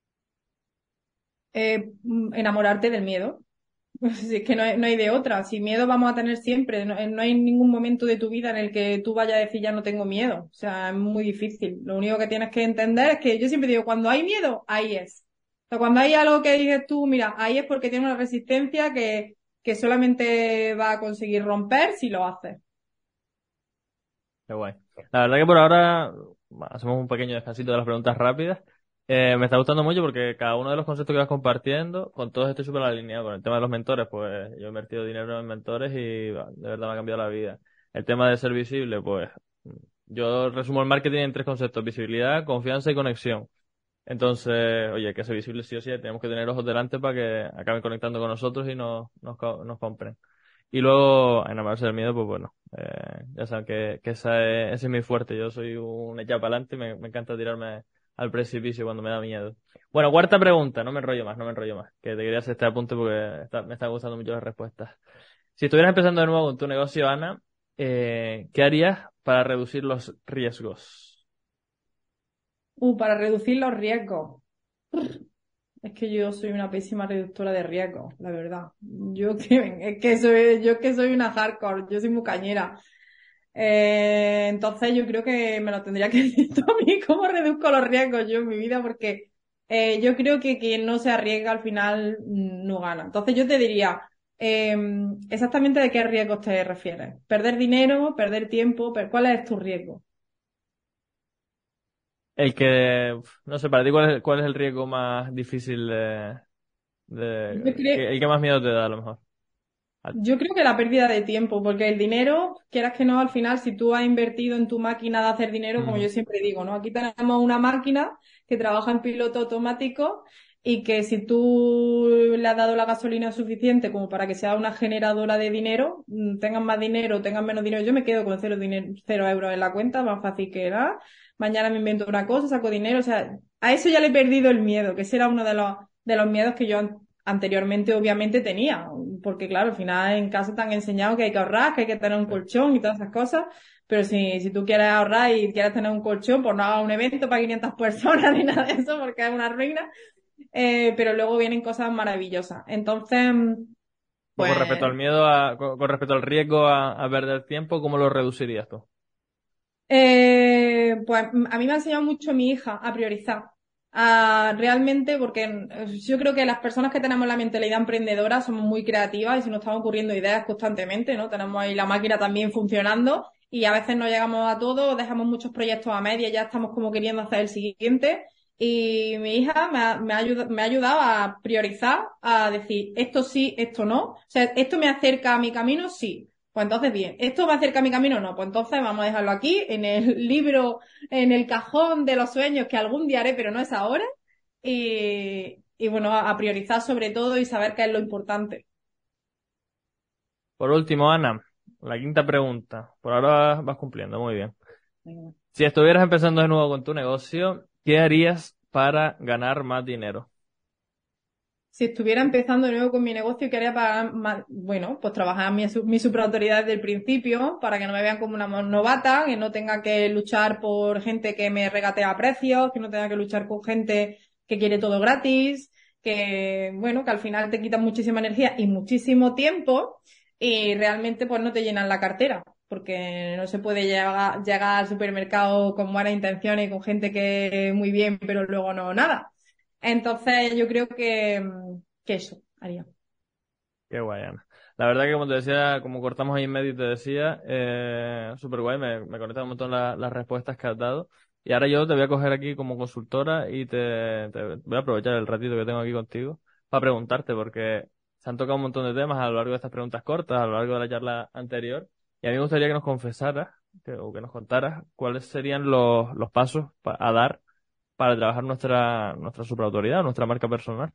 Eh, mm, enamorarte del miedo. Si es que no hay, no hay de otra. Si miedo vamos a tener siempre. No, no hay ningún momento de tu vida en el que tú vayas a decir ya no tengo miedo. O sea, es muy difícil. Lo único que tienes que entender es que yo siempre digo, cuando hay miedo, ahí es. O sea, cuando hay algo que dices tú, mira, ahí es porque tiene una resistencia que, que solamente va a conseguir romper si lo haces. Qué guay. La verdad que por ahora hacemos un pequeño descansito de las preguntas rápidas. Eh, me está gustando mucho porque cada uno de los conceptos que vas compartiendo, con todos estoy súper alineado. Con el tema de los mentores, pues yo he invertido dinero en mentores y bah, de verdad me ha cambiado la vida. El tema de ser visible, pues yo resumo el marketing en tres conceptos: visibilidad, confianza y conexión. Entonces, oye, que ser visible sí o sí, tenemos que tener ojos delante para que acaben conectando con nosotros y nos, nos, co- nos compren. Y luego, enamorarse del miedo, pues bueno, eh, ya saben que, que esa es- ese es mi fuerte. Yo soy un echa para adelante y me, me encanta tirarme al precipicio cuando me da miedo. Bueno, cuarta pregunta, no me enrollo más, no me enrollo más, que te quería hacer este apunte porque está- me están gustando mucho las respuestas. Si estuvieras empezando de nuevo con tu negocio, Ana, eh, ¿qué harías para reducir los riesgos? Uh, para reducir los riesgos. Es que yo soy una pésima reductora de riesgos, la verdad. Yo que, es que soy, yo que soy una hardcore, yo soy muy cañera. Eh, entonces yo creo que me lo tendría que decir tú a mí, cómo reduzco los riesgos yo en mi vida, porque eh, yo creo que quien no se arriesga al final mm, no gana. Entonces yo te diría, eh, exactamente de qué riesgos te refieres. Perder dinero, perder tiempo, per- ¿cuál es tu riesgo? El que, uf, no sé, para ti, ¿cuál es, cuál es el riesgo más difícil de, Yo de, creo, que- el que más miedo te da a lo mejor? A- Yo creo que la pérdida de tiempo, porque el dinero, quieras que no, al final, si tú has invertido en tu máquina de hacer dinero, como Ujú. yo siempre digo, ¿no? Aquí tenemos una máquina que trabaja en piloto automático y que si tú le has dado la gasolina suficiente como para que sea una generadora de dinero, mm, tengas más dinero, tengas menos dinero, yo me quedo con cero, dinero, cero euros en la cuenta, más fácil que nada. Mañana me invento una cosa, saco dinero, o sea, a eso ya le he perdido el miedo, que ese era uno de los, de los miedos que yo an- anteriormente obviamente tenía, porque claro, al final en casa te han enseñado que hay que ahorrar, que hay que tener un Sí. colchón y todas esas cosas, pero si, si tú quieres ahorrar y quieres tener un colchón, pues no hagas un evento para quinientas personas ni nada de eso, porque es una ruina, eh, pero luego vienen cosas maravillosas. Entonces, Pues con respecto pues, al miedo a, con, con respecto al riesgo a, a perder tiempo, ¿cómo lo reducirías tú? eh, pues a mí me ha enseñado mucho mi hija a priorizar. A realmente, porque eh, yo creo que las personas que tenemos la mentalidad emprendedora somos muy creativas y se nos están ocurriendo ideas constantemente, ¿no? Tenemos ahí la máquina también funcionando y a veces no llegamos a todo, dejamos muchos proyectos a media, ya estamos como queriendo hacer el siguiente. Y mi hija me ha, me ha ayuda- me ha ayudado a priorizar, a decir esto sí, esto no. O sea, esto me acerca a mi camino, sí. Pues entonces, bien, ¿esto me acerca a mi camino? No, pues entonces vamos a dejarlo aquí, en el libro, en el cajón de los sueños que algún día haré, pero no es ahora. y, y bueno, a, a priorizar sobre todo y saber qué es lo importante. Por último, Ana, la quinta pregunta. Por ahora vas, vas cumpliendo, muy bien. Venga. Si estuvieras empezando de nuevo con tu negocio, ¿qué harías para ganar más dinero? Si estuviera empezando de nuevo con mi negocio, ¿qué haría para, ma- bueno, pues trabajar mi, su- mi superautoridad desde el principio para que no me vean como una mo- novata, que no tenga que luchar por gente que me regatea precios, que no tenga que luchar con gente que quiere todo gratis, que, bueno, que al final te quitan muchísima energía y muchísimo tiempo y realmente pues no te llenan la cartera, porque no se puede llegar, llegar al supermercado con buenas intenciones y con gente que muy bien, pero luego no nada. Entonces, yo creo que, mm, que eso haría. Qué guay, Ana. La verdad que como te decía, como cortamos ahí en medio y te decía, eh, súper guay, me, me conectan un montón la- las respuestas que has dado. Y ahora yo te voy a coger aquí como consultora y te, te voy a aprovechar el ratito que tengo aquí contigo para preguntarte, porque se han tocado un montón de temas a lo largo de estas preguntas cortas, a lo largo de la charla anterior. Y a mí me gustaría que nos confesaras, que- o que nos contaras cuáles serían los, los pasos pa- a dar para trabajar nuestra, nuestra superautoridad, nuestra marca personal.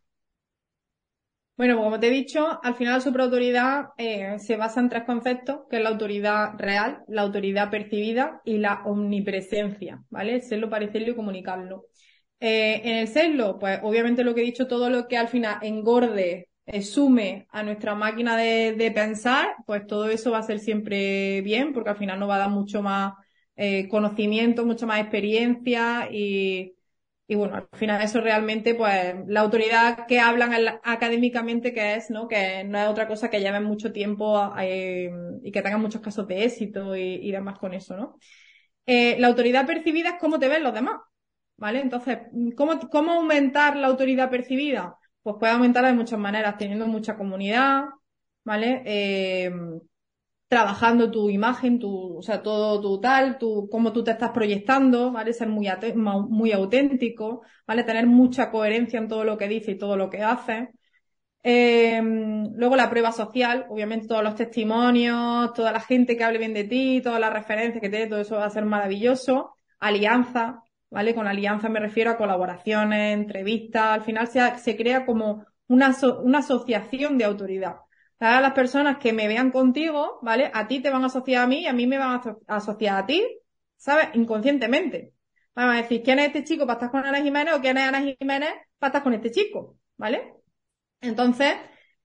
Bueno, pues como te he dicho, al final la superautoridad eh, se basa en tres conceptos, que es la autoridad real, la autoridad percibida y la omnipresencia, ¿vale? El serlo, parecerlo y comunicarlo. Eh, en el serlo, pues obviamente lo que he dicho, todo lo que al final engorde, eh, sume a nuestra máquina de, de pensar, pues todo eso va a ser siempre bien, porque al final nos va a dar mucho más eh, conocimiento, mucha más experiencia y y bueno, al final eso realmente, pues, la autoridad que hablan al- académicamente que es, ¿no? Que no es otra cosa que lleven mucho tiempo eh, y que tengan muchos casos de éxito y, y demás con eso, ¿no? Eh, la autoridad percibida es cómo te ven los demás, ¿vale? Entonces, ¿cómo, cómo aumentar la autoridad percibida? Pues puede aumentar de muchas maneras, teniendo mucha comunidad, ¿vale? Eh, trabajando tu imagen, tu, o sea, todo tu tal, tu, cómo tú te estás proyectando, ¿vale? Ser muy, ate- ma- muy auténtico, ¿vale? Tener mucha coherencia en todo lo que dices y todo lo que haces. Eh, luego la prueba social, obviamente todos los testimonios, toda la gente que hable bien de ti, todas las referencias que te dé, todo eso va a ser maravilloso. Alianza, ¿vale? Con alianza me refiero a colaboraciones, entrevistas, al final se, se crea como una, aso- una asociación de autoridad. Ahora las personas que me vean contigo, ¿vale? A ti te van a asociar a mí y a mí me van a aso- a asociar a ti, ¿sabes? Inconscientemente. Vamos a decir, ¿quién es este chico para estar con Ana Jiménez o quién es Ana Jiménez para estar con este chico? ¿Vale? Entonces,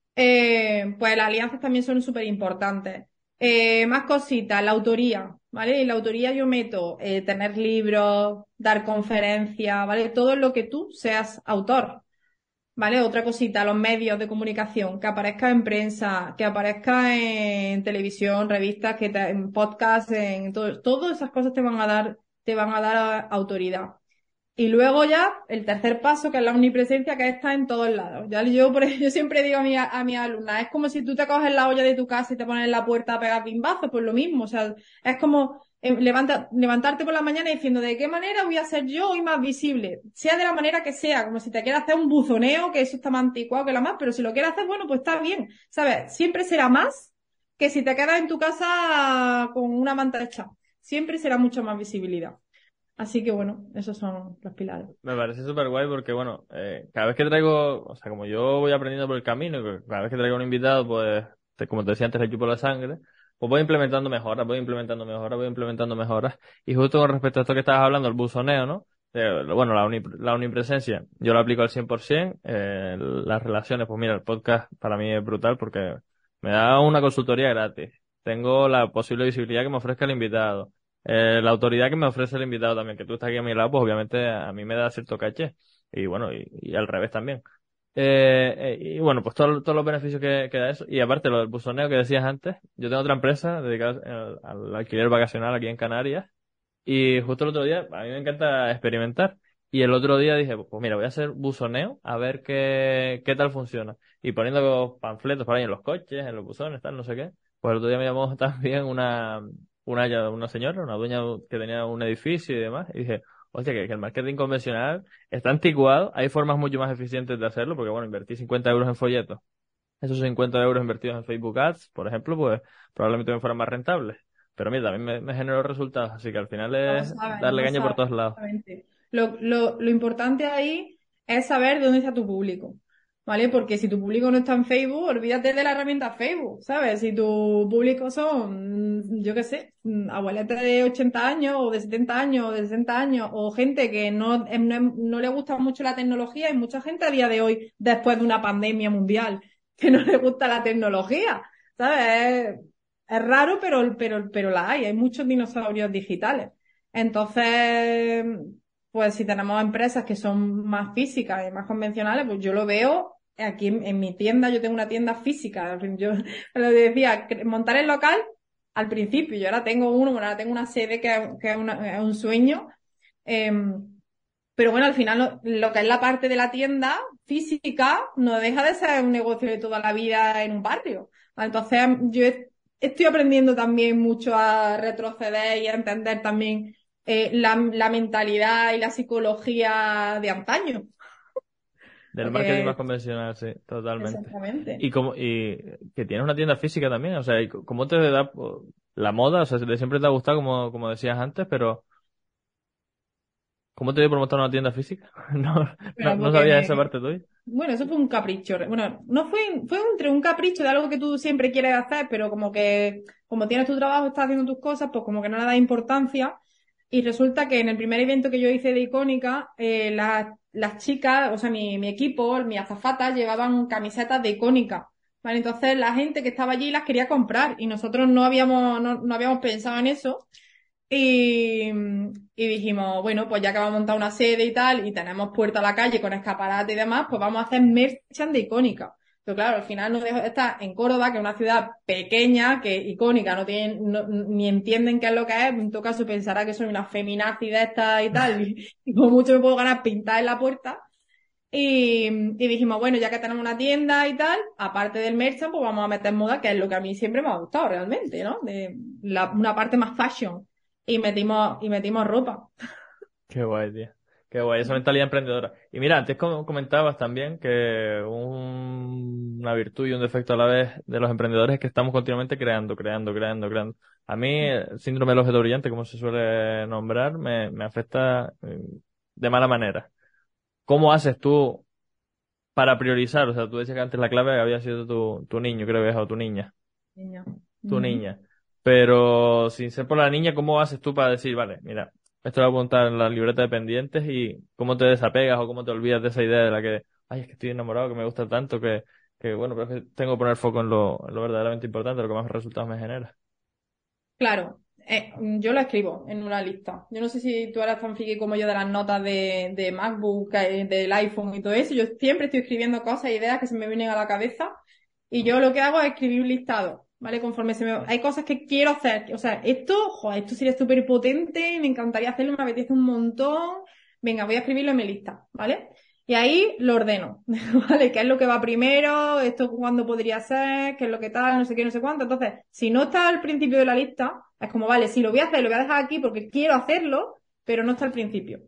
eh, pues las alianzas también son súper importantes. Eh, más cositas, la autoría, ¿vale? En la autoría yo meto eh, tener libros, dar conferencias, ¿vale? Todo lo que tú seas autor, ¿vale? Otra cosita, los medios de comunicación, que aparezca en prensa, que aparezca en televisión, revistas, que te- en podcast, en todo, todas esas cosas te van a dar, te van a dar autoridad. Y luego ya el tercer paso, que es la omnipresencia, que está en todos lados. Ya yo, por ejemplo, yo siempre digo a mi, a mi alumna, es como si tú te coges la olla de tu casa y te pones en la puerta a pegar pimbazos, pues lo mismo. O sea, es como eh, levanta, levantarte por la mañana diciendo, ¿de qué manera voy a ser yo hoy más visible? Sea de la manera que sea, como si te quieras hacer un buzoneo, que eso está más anticuado que la más, pero si lo quieres hacer, bueno, pues está bien. ¿Sabes? Siempre será más que si te quedas en tu casa con una manta hecha. Siempre será mucha más visibilidad. Así que bueno, esos son los pilares. Me parece súper guay porque, bueno, eh, cada vez que traigo, o sea, como yo voy aprendiendo por el camino, y que cada vez que traigo un invitado, pues, te- como te decía antes, le chupo la sangre, pues voy implementando mejoras, voy implementando mejoras, voy implementando mejoras. Y justo con respecto a esto que estabas hablando, el buzoneo, ¿no? Eh, bueno, la, uni- la omnipresencia, yo lo aplico al cien por ciento. Eh, las relaciones, pues mira, el podcast para mí es brutal porque me da una consultoría gratis. Tengo la posible visibilidad que me ofrezca el invitado. Eh, la autoridad que me ofrece el invitado también, que tú estás aquí a mi lado, pues obviamente a mí me da cierto caché. Y bueno, y, y al revés también. Eh, eh, y bueno, pues todo- todos los beneficios que, que da eso. Y aparte lo del buzoneo que decías antes, yo tengo otra empresa dedicada al, al alquiler vacacional aquí en Canarias. Y justo el otro día, a mí me encanta experimentar. Y el otro día dije, pues mira, voy a hacer buzoneo a ver qué, qué tal funciona. Y poniendo panfletos por ahí en los coches, en los buzones, tal, no sé qué. Pues el otro día me llamó también una, una, una señora, una dueña que tenía un edificio y demás. Y dije, hostia, que, que el marketing convencional está anticuado. Hay formas mucho más eficientes de hacerlo, porque bueno, invertí cincuenta euros en folletos. Esos cincuenta euros invertidos en Facebook Ads, por ejemplo, pues probablemente me fueran más rentables. Pero mira, también me, me generó resultados, así que al final No lo es sabes, no darle lo caña por sabes, todos lados. exactamente. Lo, lo, lo importante ahí es saber dónde está tu público, ¿vale? Porque si tu público no está en Facebook, olvídate de la herramienta Facebook, ¿sabes? Si tu público son, mm, yo qué sé, mm, abueletas de ochenta años o de setenta años o de sesenta años o gente que no, em, no, em- no le gusta mucho la tecnología, hay mucha gente a día de hoy, después de una pandemia mundial, que no le gusta la tecnología, ¿sabes? Es, es raro, pero, pero, pero la hay, hay muchos dinosaurios digitales. Entonces, pues si tenemos empresas que son más físicas y más convencionales, pues yo lo veo aquí en, en mi tienda, yo tengo una tienda física. Yo lo decía, cre- montar el local al principio, yo ahora tengo uno, bueno, ahora tengo una sede que, que es, una- es un sueño. em, pero bueno, al final lo, lo que es la parte de la tienda física no deja de ser un negocio de toda la vida en un barrio. Entonces, yo e- estoy aprendiendo también mucho a retroceder y a entender también eh, la, la mentalidad y la psicología de antaño. Del marketing más Porque, convencional, sí, totalmente. exactamente. Y como, y que tienes una tienda física también, o sea, y c- ¿cómo te da po- la moda? O sea, de siempre te ha gustado, como, como decías antes, pero ¿cómo te dio por montar una tienda física? No, no, Pero no porque sabía esa me, parte tuya. bueno, eso fue un capricho. Bueno, no fue, fue entre un capricho de algo que tú siempre quieres hacer, pero como que, como tienes tu trabajo, estás haciendo tus cosas, pues como que no le das importancia. Y resulta que en el primer evento que yo hice de Icónica, eh, las, las chicas, o sea, mi, mi equipo, mi azafata, llevaban camisetas de Icónica. ¿Vale? Entonces la gente que estaba allí las quería comprar y nosotros no habíamos, no, no habíamos pensado en eso. Y, y dijimos, bueno, pues ya que vamos a montar una sede y tal, y tenemos puerta a la calle con escaparate y demás, pues vamos a hacer merchan de Icónica. Pero claro, al final no dejo de estar en Córdoba, que es una ciudad pequeña, que Icónica no tienen, no- ni entienden qué es lo que es, en todo caso pensará que soy una feminazi de esta y tal, y, y como mucho me puedo ganar pintar en la puerta. Y, y dijimos, bueno, ya que tenemos una tienda y tal, aparte del merchant, pues vamos a meter moda, que es lo que a mí siempre me ha gustado realmente, ¿no? De la, una parte más fashion. Y metimos, y metimos ropa. Qué guay, tío. Qué guay, esa mentalidad emprendedora. Y mira, antes como comentabas también que un- una virtud y un defecto a la vez de los emprendedores es que estamos continuamente creando, creando, creando, creando. A mí, el síndrome del objeto brillante, como se suele nombrar, me, me afecta eh, de mala manera. ¿Cómo haces tú para priorizar? O sea, tú decías que antes la clave había sido tu, tu niño, creo que es, o tu niña, Niña. tu Ujú. niña. Pero sin ser por la niña, ¿cómo haces tú para decir, vale, mira, esto lo voy a apuntar en la libreta de pendientes y cómo te desapegas o cómo te olvidas de esa idea de la que, ay, es que estoy enamorado, que me gusta tanto, que, que bueno, pero es que tengo que poner foco en lo, en lo verdaderamente importante, lo que más resultados me genera. Claro, eh, yo lo escribo en una lista. Yo no sé si tú eres tan friki como yo de las notas de, de MacBook, eh, del iPhone y todo eso. Yo siempre estoy escribiendo cosas, ideas que se me vienen a la cabeza y yo lo que hago es escribir un listado, ¿vale? Conforme se me... Hay cosas que quiero hacer. O sea, esto, joder, esto sería súper potente, me encantaría hacerlo, me apetece un montón. Venga, voy a escribirlo en mi lista, ¿vale? Y ahí lo ordeno, ¿vale? ¿Qué es lo que va primero? ¿Esto cuándo podría ser? ¿Qué es lo que tal? No sé qué, no sé cuánto. Entonces, si no está al principio de la lista, es como, vale, sí, lo voy a hacer, lo voy a dejar aquí porque quiero hacerlo, pero no está al principio.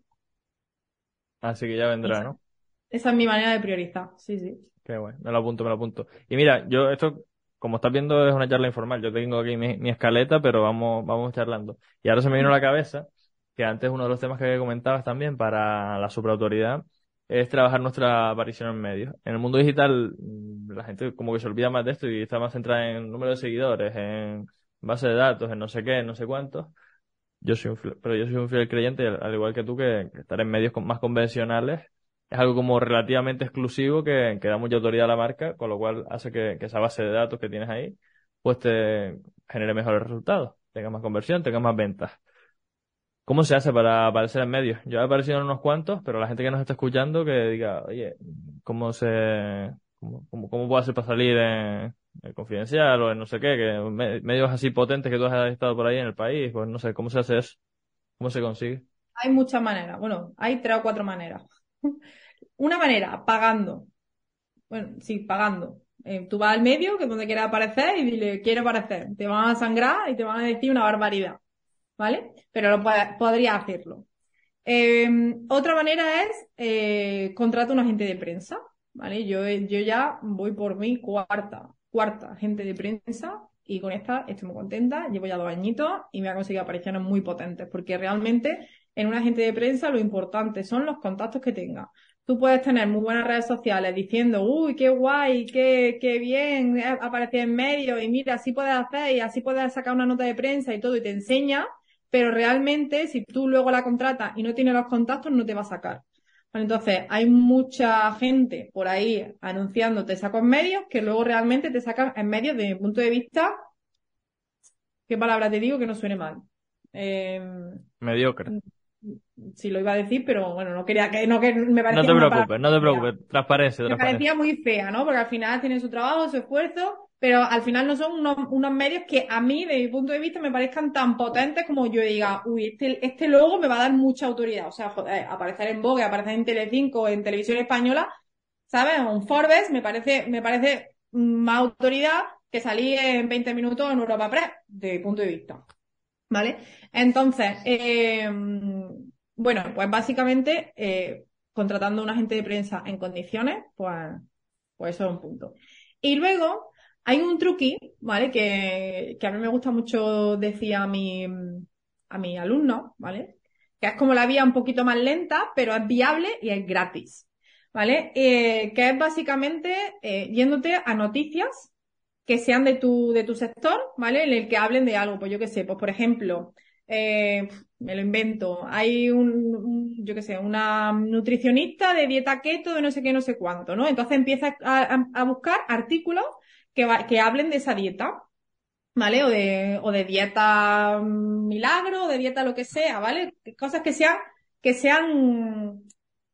Así que ya vendrá, Esa, ¿no? esa es mi manera de priorizar. Sí, sí. Qué bueno, me lo apunto, me lo apunto. Y mira, yo esto, como estás viendo, es una charla informal. Yo tengo aquí mi, mi escaleta, pero vamos, vamos charlando. Y ahora se me vino a la cabeza que antes uno de los temas que comentabas también para la superautoridad es trabajar nuestra aparición en medios. En el mundo digital, mm, la gente como que se olvida más de esto y está más centrada en número de seguidores, en base de datos, en no sé qué, en no sé cuántos. Yo soy un fiel- pero yo soy un fiel creyente, al al igual que tú, que, que estar en medios con- más convencionales es algo como relativamente exclusivo que, que da mucha autoridad a la marca, con lo cual hace que, que esa base de datos que tienes ahí, pues te genere mejores resultados, tengas más conversión, tengas más ventas. ¿Cómo se hace para aparecer en medios? Yo he aparecido en unos cuantos, pero la gente que nos está escuchando que diga, oye, ¿cómo se, cómo, cómo, cómo puedo hacer para salir en, en Confidencial o en no sé qué, que me- medios así potentes que tú has estado por ahí en el país, pues no sé, ¿cómo se hace eso? ¿Cómo se consigue? Hay muchas maneras. Bueno, hay tres o cuatro maneras. Una manera, pagando. Bueno, sí, pagando. Eh, tú vas al medio, que es donde quieras aparecer, y dile, quiero aparecer. Te van a sangrar y te van a decir una barbaridad, ¿vale? Pero lo puede- podrías hacerlo. Eh, otra manera es eh, contrata un agente de prensa, ¿vale? Yo, yo ya voy por mi cuarta, cuarta agente de prensa y con esta estoy muy contenta. Llevo ya dos añitos y me ha conseguido apariciones muy potentes porque realmente en un agente de prensa lo importante son los contactos que tenga, tú puedes tener muy buenas redes sociales diciendo, uy, qué guay, qué, qué bien, eh, aparecer en medio y mira, así puedes hacer y así puedes sacar una nota de prensa y todo y te enseña, pero realmente si tú luego la contratas y no tienes los contactos, no te va a sacar. Bueno, entonces, hay mucha gente por ahí anunciando te saco en medios que luego realmente te sacan en medios desde mi punto de vista, ¿qué palabra te digo que no suene mal? Eh, Mediocre. sí lo iba a decir, pero bueno, no quería que, no que me No parecía te una palabra preocupes, no te fea. preocupes. Transparencia, Me transparencia. parecía muy fea, ¿no? Porque al final tienen su trabajo, su esfuerzo, pero al final no son unos, unos medios que a mí, de mi punto de vista, me parezcan tan potentes como yo diga, uy, este, este logo me va a dar mucha autoridad. O sea, joder, aparecer en Vogue, aparecer en Telecinco, en Televisión Española, ¿sabes? O en Forbes, me parece, me parece más autoridad que salir en veinte minutos en Europa Press, de mi punto de vista. ¿Vale? Entonces, eh, bueno, pues básicamente, eh, contratando un agente de prensa en condiciones, pues, pues eso es un punto. Y luego hay un truqui, ¿vale? Que, que a mí me gusta mucho, decía a mi, a mis alumnos, ¿vale? Que es como la vía un poquito más lenta, pero es viable y es gratis, ¿vale? Eh, que es básicamente eh, yéndote a noticias que sean de tu, de tu sector, ¿vale? En el que hablen de algo, pues yo qué sé, pues por ejemplo, eh, me lo invento, hay un, un- yo qué sé, una nutricionista de dieta keto de no sé qué, no sé cuánto, ¿no? Entonces empieza a, a- a buscar artículos que, va- que hablen de esa dieta, ¿vale? O de, o de dieta mm, milagro, o de dieta lo que sea, ¿vale? Cosas que sean, que sean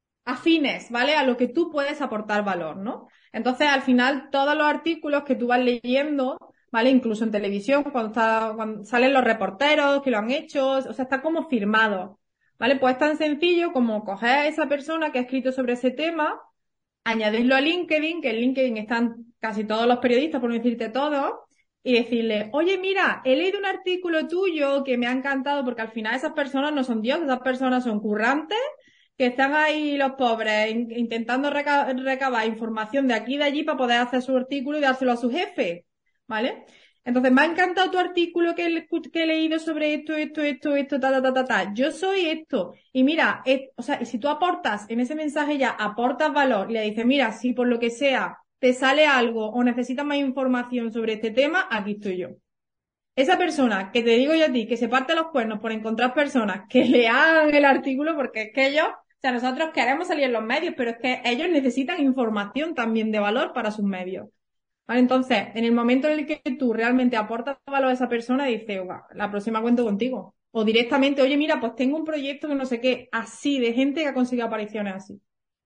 afines, ¿vale? A lo que tú puedes aportar valor, ¿no? Entonces, al final, todos los artículos que tú vas leyendo, ¿vale? Incluso en televisión, cuando, está, cuando salen los reporteros que lo han hecho, o sea, está como firmado, ¿vale? Pues es tan sencillo como coger a esa persona que ha escrito sobre ese tema, añadirlo a LinkedIn, que en LinkedIn están casi todos los periodistas, por no decirte todos, y decirle, oye, mira, he leído un artículo tuyo que me ha encantado, porque al final esas personas no son dioses, esas personas son currantes, que están ahí los pobres in- intentando reca- recabar información de aquí y de allí para poder hacer su artículo y dárselo a su jefe, ¿vale? Entonces, me ha encantado tu artículo que, he- que he leído sobre esto, esto, esto, esto, ta, ta, ta, ta, ta. Yo soy esto. Y mira, es- o sea, y si tú aportas en ese mensaje ya, aportas valor y le dices, mira, si por lo que sea te sale algo o necesitas más información sobre este tema, aquí estoy yo. Esa persona que te digo yo a ti, que se parte los cuernos por encontrar personas que lean el artículo, porque es que ellos, o sea, nosotros queremos salir en los medios, pero es que ellos necesitan información también de valor para sus medios. ¿Vale? Entonces, en el momento en el que tú realmente aportas valor a esa persona, dices, "Guau, la próxima cuento contigo". O directamente, oye, mira, pues tengo un proyecto que no sé qué, así, de gente que ha conseguido apariciones así.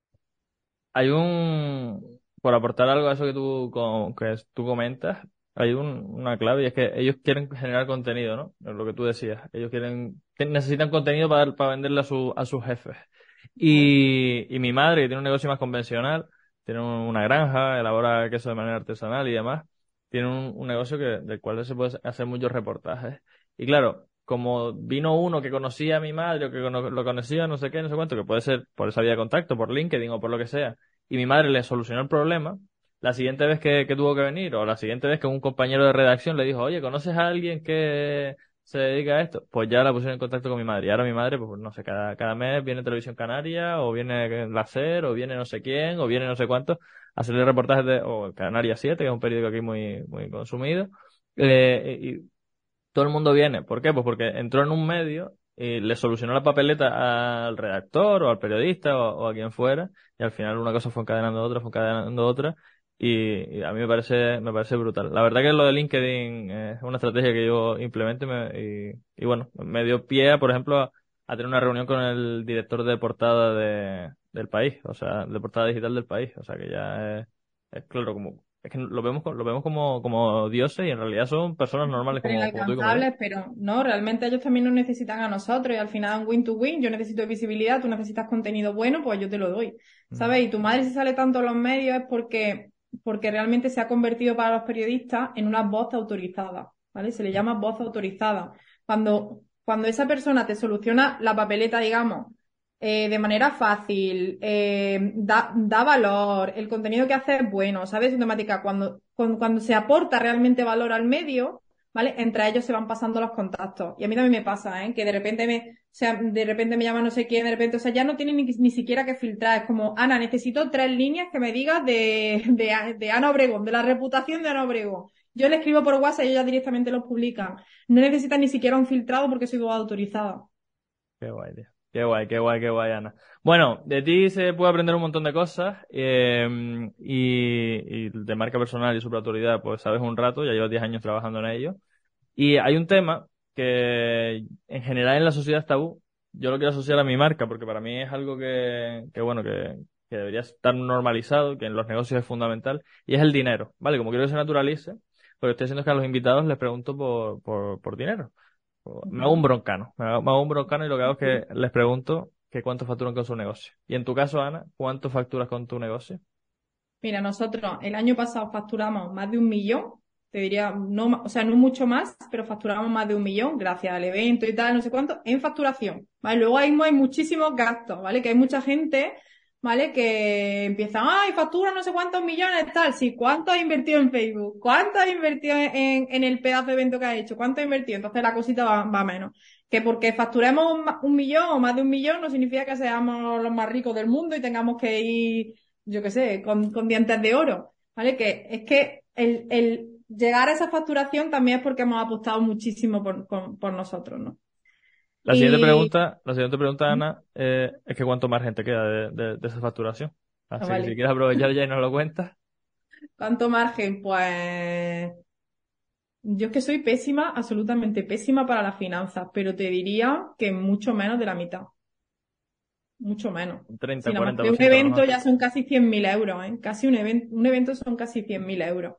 Hay un, por aportar algo a eso que tú, co- que tú comentas, hay un- una clave y es que ellos quieren generar contenido, ¿no? Es lo que tú decías. Ellos quieren, que necesitan contenido para, para venderle a, su, a sus jefes. Claro. Y, y mi madre, que tiene un negocio más convencional, tiene un- una granja, elabora queso de manera artesanal y demás, tiene un, un negocio que, del cual se puede hacer muchos reportajes. Y claro, como vino uno que conocía a mi madre o que cono- lo conocía, no sé qué, no sé cuánto, que puede ser por esa vía de contacto, por LinkedIn o por lo que sea, y mi madre le solucionó el problema, la siguiente vez que, que tuvo que venir, o la siguiente vez que un compañero de redacción le dijo, oye, ¿conoces a alguien que se dedica a esto? Pues ya la pusieron en contacto con mi madre. Y ahora mi madre, pues no sé, cada, cada mes viene Televisión Canaria, o viene la SER, o viene no sé quién, o viene no sé cuánto, a hacerle reportajes de, o Canarias siete, que es un periódico aquí muy, muy consumido. Eh, y todo el mundo viene. ¿Por qué? Pues porque entró en un medio y le solucionó la papeleta al redactor o al periodista o, o a quien fuera, y al final una cosa fue encadenando otra, fue encadenando otra, y, y a mí me parece, me parece brutal. La verdad que lo de LinkedIn eh, es una estrategia que yo implemento y, me- y, y bueno, me dio pie, a, por ejemplo, a, a tener una reunión con el director de portada de, del país, o sea, de portada digital del país, o sea que ya es, es claro, como, es que lo vemos, co- lo vemos como, como dioses y en realidad son personas normales Súper como, como tú y como yo. inalcanzables, pero no, realmente ellos también nos necesitan a nosotros y al final un win to win, yo necesito visibilidad, tú necesitas contenido bueno, pues yo te lo doy, Ujú. ¿sabes? Y tu madre si sale tanto en los medios es porque, porque realmente se ha convertido para los periodistas en una voz autorizada, ¿vale? Se le llama voz autorizada. Cuando, cuando esa persona te soluciona la papeleta, digamos, eh, de manera fácil, eh, da, da valor, el contenido que hace es bueno, ¿sabes? Automática, cuando, cuando, cuando se aporta realmente valor al medio, ¿vale? Entre ellos se van pasando los contactos. Y a mí también me pasa, ¿eh? Que de repente me, o sea, de repente me llama no sé quién, de repente, o sea, ya no tienen ni, ni siquiera que filtrar. Es como, Ana, necesito tres líneas que me digas de, de, de Ana Obregón, de la reputación de Ana Obregón. Yo le escribo por WhatsApp y ellos directamente los publican. No necesitan ni siquiera un filtrado porque soy voz autorizada. Qué guay, tío. Qué guay, qué guay, qué guay, Ana. Bueno, de ti se puede aprender un montón de cosas eh, y, y de marca personal y superautoridad, pues sabes un rato, ya llevas diez años trabajando en ello. Y hay un tema que en general en la sociedad es tabú. Yo lo quiero asociar a mi marca porque para mí es algo que, que bueno, que, que debería estar normalizado, que en los negocios es fundamental, y es el dinero, ¿vale? Como quiero que se naturalice, lo que estoy haciendo es que a los invitados les pregunto por, por, por dinero. Me hago un Ujú. broncano, me hago, me hago un broncano y lo que hago es que les pregunto que cuánto facturan con su negocio. Y en tu caso, Ana, ¿cuánto facturas con tu negocio? Mira, nosotros el año pasado facturamos más de un millón, te diría, no, ma- o sea, no mucho más, pero facturamos más de un millón gracias al evento y tal, no sé cuánto, en facturación, ¿vale? Luego ahí hay muchísimos gastos, ¿vale? Que hay mucha gente, ¿vale? Que empieza, ay, factura no sé cuántos millones, tal, sí, ¿cuánto has invertido en Facebook? ¿Cuánto has invertido en, en el pedazo de evento que has hecho? ¿Cuánto has invertido? Entonces la cosita va, va menos. Que porque facturemos un, ma- un millón o más de un millón no significa que seamos los más ricos del mundo y tengamos que ir yo qué sé, con, con dientes de oro, ¿vale? Que es que el, el llegar a esa facturación también es porque hemos apostado muchísimo por, con- por nosotros, ¿no? La siguiente Y, pregunta, la siguiente pregunta, Ana, eh, es que cuánto margen te queda de, de, de esa facturación. ah, Así que si vale, quieres aprovechar ya y nos lo cuentas. ¿cuánto margen? Pues yo es que soy pésima, absolutamente pésima para las finanzas, pero te diría que mucho menos de la mitad, mucho menos. Un Si treinta, nada más cuarenta que por un ciento a lo evento mejor. ya son casi cien mil euros, ¿eh? Casi un evento, un evento son casi cien mil euros.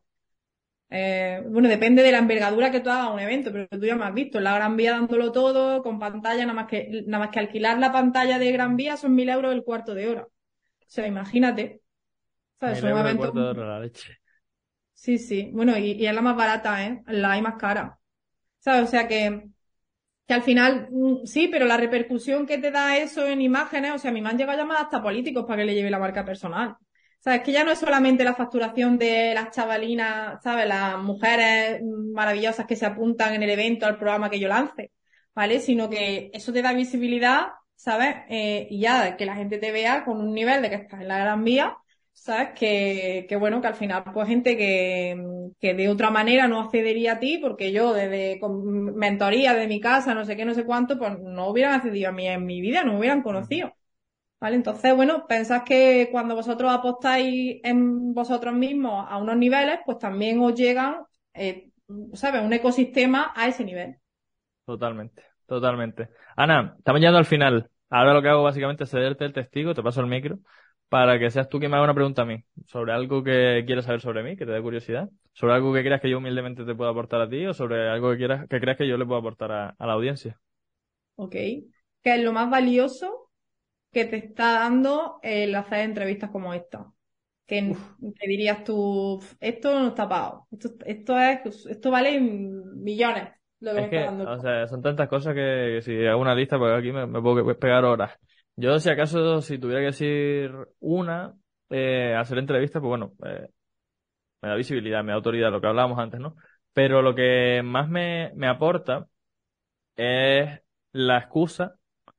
Eh, bueno, depende de la envergadura que tú hagas un evento, pero tú ya me has visto, en la Gran Vía dándolo todo, con pantalla, nada más que, nada más que alquilar la pantalla de Gran Vía son mil euros el cuarto de hora. O sea, imagínate, ¿sabes? Mil Son euros el eventos, cuarto de hora, la leche. sí, sí. Bueno, y, y es la más barata, ¿eh? La hay más cara. ¿Sabes? O sea que, que al final, mm, sí, pero la repercusión que te da eso en imágenes, o sea, a mí me han llegado a llamar hasta políticos para que le lleve la marca personal. ¿Sabes? Que ya no es solamente la facturación de las chavalinas, ¿sabes? Las mujeres maravillosas que se apuntan en el evento, al programa que yo lance, ¿vale? Sino que eso te da visibilidad, ¿sabes? Eh, y ya que la gente te vea con un nivel de que estás en la Gran Vía, ¿sabes? Que, que bueno, que al final, pues gente que, que de otra manera no accedería a ti, porque yo desde con mentoría de mi casa, no sé qué, no sé cuánto, pues no hubieran accedido a mí en mi vida, no me hubieran Ujú. conocido. ¿Vale? Entonces, bueno, pensad que cuando vosotros apostáis en vosotros mismos a unos niveles, pues también os llegan, eh, ¿sabes? Un ecosistema a ese nivel. Totalmente, totalmente. Ana, estamos llegando al final. Ahora lo que hago básicamente es cederte el testigo, te paso el micro, para que seas tú quien me haga una pregunta a mí, sobre algo que quieras saber sobre mí, que te dé curiosidad, sobre algo que creas que yo humildemente te pueda aportar a ti, o sobre algo que quieras, que creas que yo le puedo aportar a, a la audiencia. ¿Ok? ¿Qué es lo más valioso que te está dando el hacer entrevistas como esta? Que, Uf, que dirías tú, esto no está pago, esto, esto es, esto vale millones lo que me es está que, dando el o pago. sea, son tantas cosas que, si hago una lista, pues aquí me, me puedo pe- pegar horas. Yo, si acaso, si tuviera que decir una, eh, hacer entrevistas, pues bueno, eh, me da visibilidad, me da autoridad, lo que hablábamos antes, ¿no? Pero lo que más me, me aporta es la excusa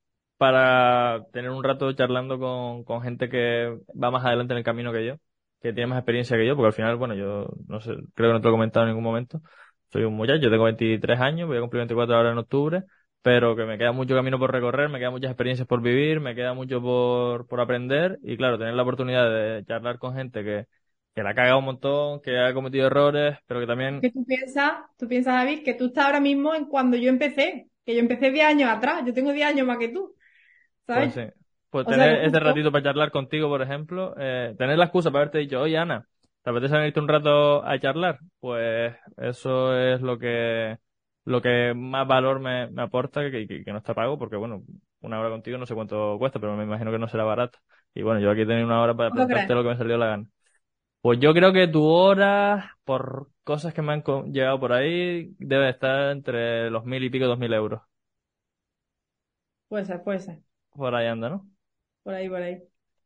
para tener un rato charlando con, con gente que va más adelante en el camino que yo, que tiene más experiencia que yo, porque al final, bueno, yo no sé, creo que no te lo he comentado en ningún momento, soy un muchacho, tengo veintitrés años, voy a cumplir veinticuatro ahora en octubre, pero que me queda mucho camino por recorrer, me quedan muchas experiencias por vivir, me queda mucho por, por aprender, y claro, tener la oportunidad de charlar con gente que, que la ha cagado un montón, que ha cometido errores, pero que también, Que tú piensas, tú piensas, David, que tú estás ahora mismo en cuando yo empecé, que yo empecé diez años atrás, yo tengo diez años más que tú, pues ¿sabes? sí, pues O sea que tener ese justo, ratito para charlar contigo, por ejemplo, eh, tener la excusa para haberte dicho, oye, Ana, ¿te apetece venirte un rato a charlar? Pues eso es lo que, lo que más valor me, me aporta, que, que, que no está pago, porque bueno, una hora contigo no sé cuánto cuesta, pero me imagino que no será barato. Y bueno, yo aquí tenía una hora para ¿cuánto preguntarte crees? lo que me salió la gana. Pues yo creo que tu hora, por cosas que me han co- llegado por ahí, debe estar entre los mil y pico, dos mil euros. Puede ser, puede ser, Por ahí anda, ¿no? por ahí, por ahí.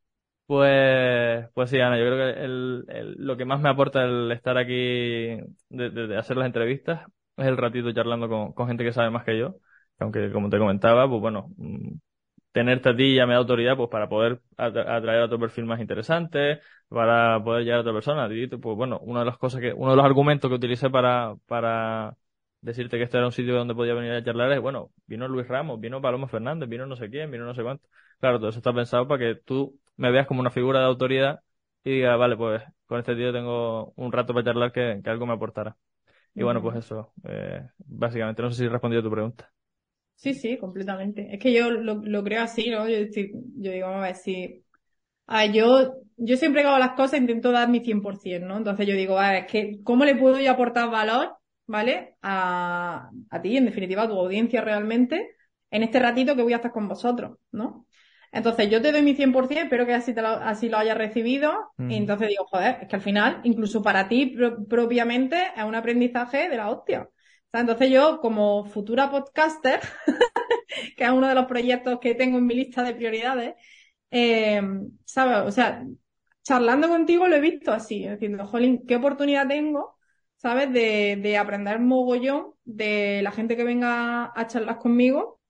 Pues, pues sí, Ana, yo creo que el, el- lo que más me aporta el estar aquí, de, de- de hacer las entrevistas, es el ratito charlando con, con gente que sabe más que yo. Aunque, como te comentaba, pues bueno, tenerte a ti ya me da autoridad pues para poder atraer a otro perfil más interesante, para poder llegar a otra persona. A ti, pues bueno, una de las cosas que, uno de los argumentos que utilicé para, para decirte que este era un sitio donde podía venir a charlar es, bueno, vino Luis Ramos, vino Paloma Fernández, vino no sé quién, vino no sé cuánto. Claro, todo eso está pensado para que tú me veas como una figura de autoridad y digas, vale, pues con este tío tengo un rato para charlar que, que algo me aportará. Y bueno, pues Ujú. eso, eh, básicamente, no sé si he respondido a tu pregunta. Sí, sí, completamente. Es que yo lo, lo creo así, ¿no? Yo, estoy- yo digo, vamos a ver si... A ver, yo, yo siempre que hago las cosas intento dar mi cien por ciento, ¿no? Entonces yo digo, a ver, es que, ¿cómo le puedo yo aportar valor, ¿vale? A, a ti, en definitiva, a tu audiencia realmente, en este ratito que voy a estar con vosotros, ¿no? Entonces yo te doy mi cien por ciento, espero que así, te lo, así lo hayas recibido. Y Ujú. entonces digo, joder, es que al final, incluso para ti pro- propiamente, es un aprendizaje de la hostia. O sea, entonces yo, como futura podcaster, que es uno de los proyectos que tengo en mi lista de prioridades, eh, ¿sabes? O sea, charlando contigo lo he visto así, diciendo, jolín, qué oportunidad tengo, ¿sabes? De, de aprender mogollón de la gente que venga a charlar conmigo.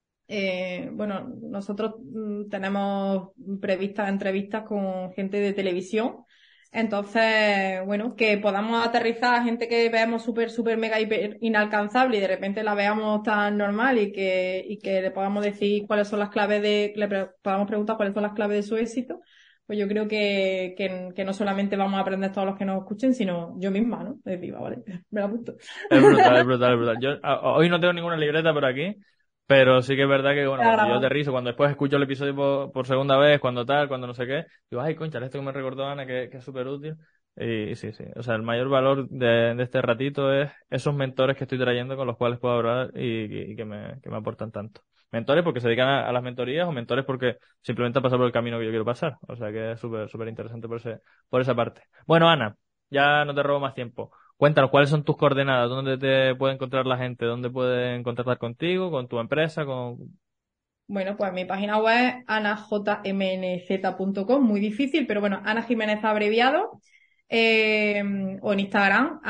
Eh, bueno, nosotros mm, tenemos previstas entrevistas con gente de televisión. Entonces, bueno, que podamos aterrizar a gente que veamos súper, súper, mega, hiper inalcanzable y de repente la veamos tan normal y que, y que le podamos decir cuáles son las claves de, le pre- podamos preguntar cuáles son las claves de su éxito, pues yo creo que, que, que no solamente vamos a aprender todos los que nos escuchen, sino yo misma, ¿no? Es decir, va, vale, me la apunto. Es brutal, es brutal, es brutal. Yo a- hoy no tengo ninguna libreta por aquí, pero sí que es verdad que, bueno, Queda cuando yo grabado. aterrizo, cuando después escucho el episodio por, por segunda vez, cuando tal, cuando no sé qué, digo, ay, concha, esto que me recordó Ana, que, que es súper útil. Y sí, sí. O sea, el mayor valor de, de este ratito es esos mentores que estoy trayendo con los cuales puedo hablar y, y que me, que me aportan tanto. Mentores porque se dedican a, a las mentorías o mentores porque simplemente han pasado por el camino que yo quiero pasar. O sea que es súper, súper interesante por ese, por esa parte. Bueno, Ana, ya no te robo más tiempo. Cuéntanos, ¿cuáles son tus coordenadas? ¿Dónde te puede encontrar la gente? ¿Dónde pueden contactar contigo, con tu empresa, con... Bueno, pues mi página web es ana j m n z punto com, muy difícil, pero bueno, Ana Jiménez abreviado, eh, o en Instagram,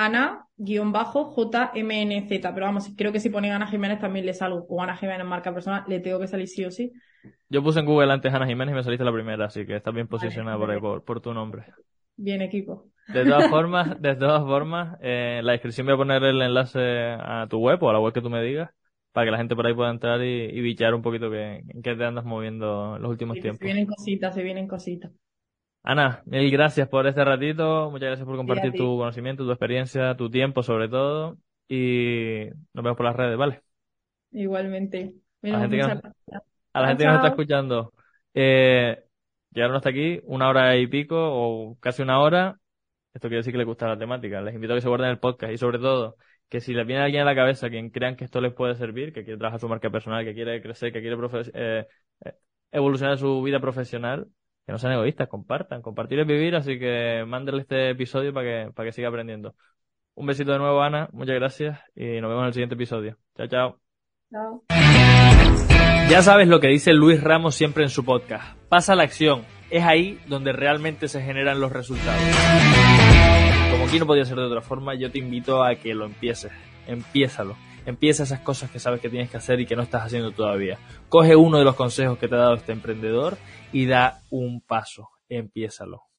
Ana-J M N Z, pero vamos, creo que si ponen Ana Jiménez también le salgo, o Ana Jiménez marca personal, le tengo que salir sí o sí. Yo puse en Google antes Ana Jiménez y me saliste la primera, así que estás bien Vale, posicionada por ahí, por, por tu nombre. bien equipo. De todas formas, de todas formas, eh, en la descripción voy a poner el enlace a tu web o a la web que tú me digas, para que la gente por ahí pueda entrar y, y bichear un poquito que, en qué te andas moviendo en los últimos Sí, que se tiempos. vienen cositas, se vienen cositas. Ana, mil gracias por este ratito, muchas gracias por Y a compartir ti, tu conocimiento, tu experiencia, tu tiempo sobre todo, y nos vemos por las redes, ¿vale? igualmente. A la Bueno, gente que muchas nos, gracias. a la Chao, gente que nos está chao. escuchando, eh, llegaron hasta aquí una hora y pico o casi una hora. Esto quiere decir que les gusta la temática. Les invito a que se guarden el podcast y sobre todo que si les viene alguien a la cabeza quien crean que esto les puede servir, que quiere trabajar su marca personal, que quiere crecer, que quiere profe- eh, eh, evolucionar su vida profesional, que no sean egoístas, compartan. Compartir es vivir, así que mándenle este episodio para que, para que siga aprendiendo. Un besito de nuevo, Ana. Muchas gracias y nos vemos en el siguiente episodio. Chao, chao. Chao. Ya sabes lo que dice Luis Ramos siempre en su podcast. Pasa a la acción. Es ahí donde realmente se generan los resultados. Como aquí no podía ser de otra forma, yo te invito a que lo empieces. Empiézalo. Empieza esas cosas que sabes que tienes que hacer y que no estás haciendo todavía. Coge uno de los consejos que te ha dado este emprendedor y da un paso. Empiézalo.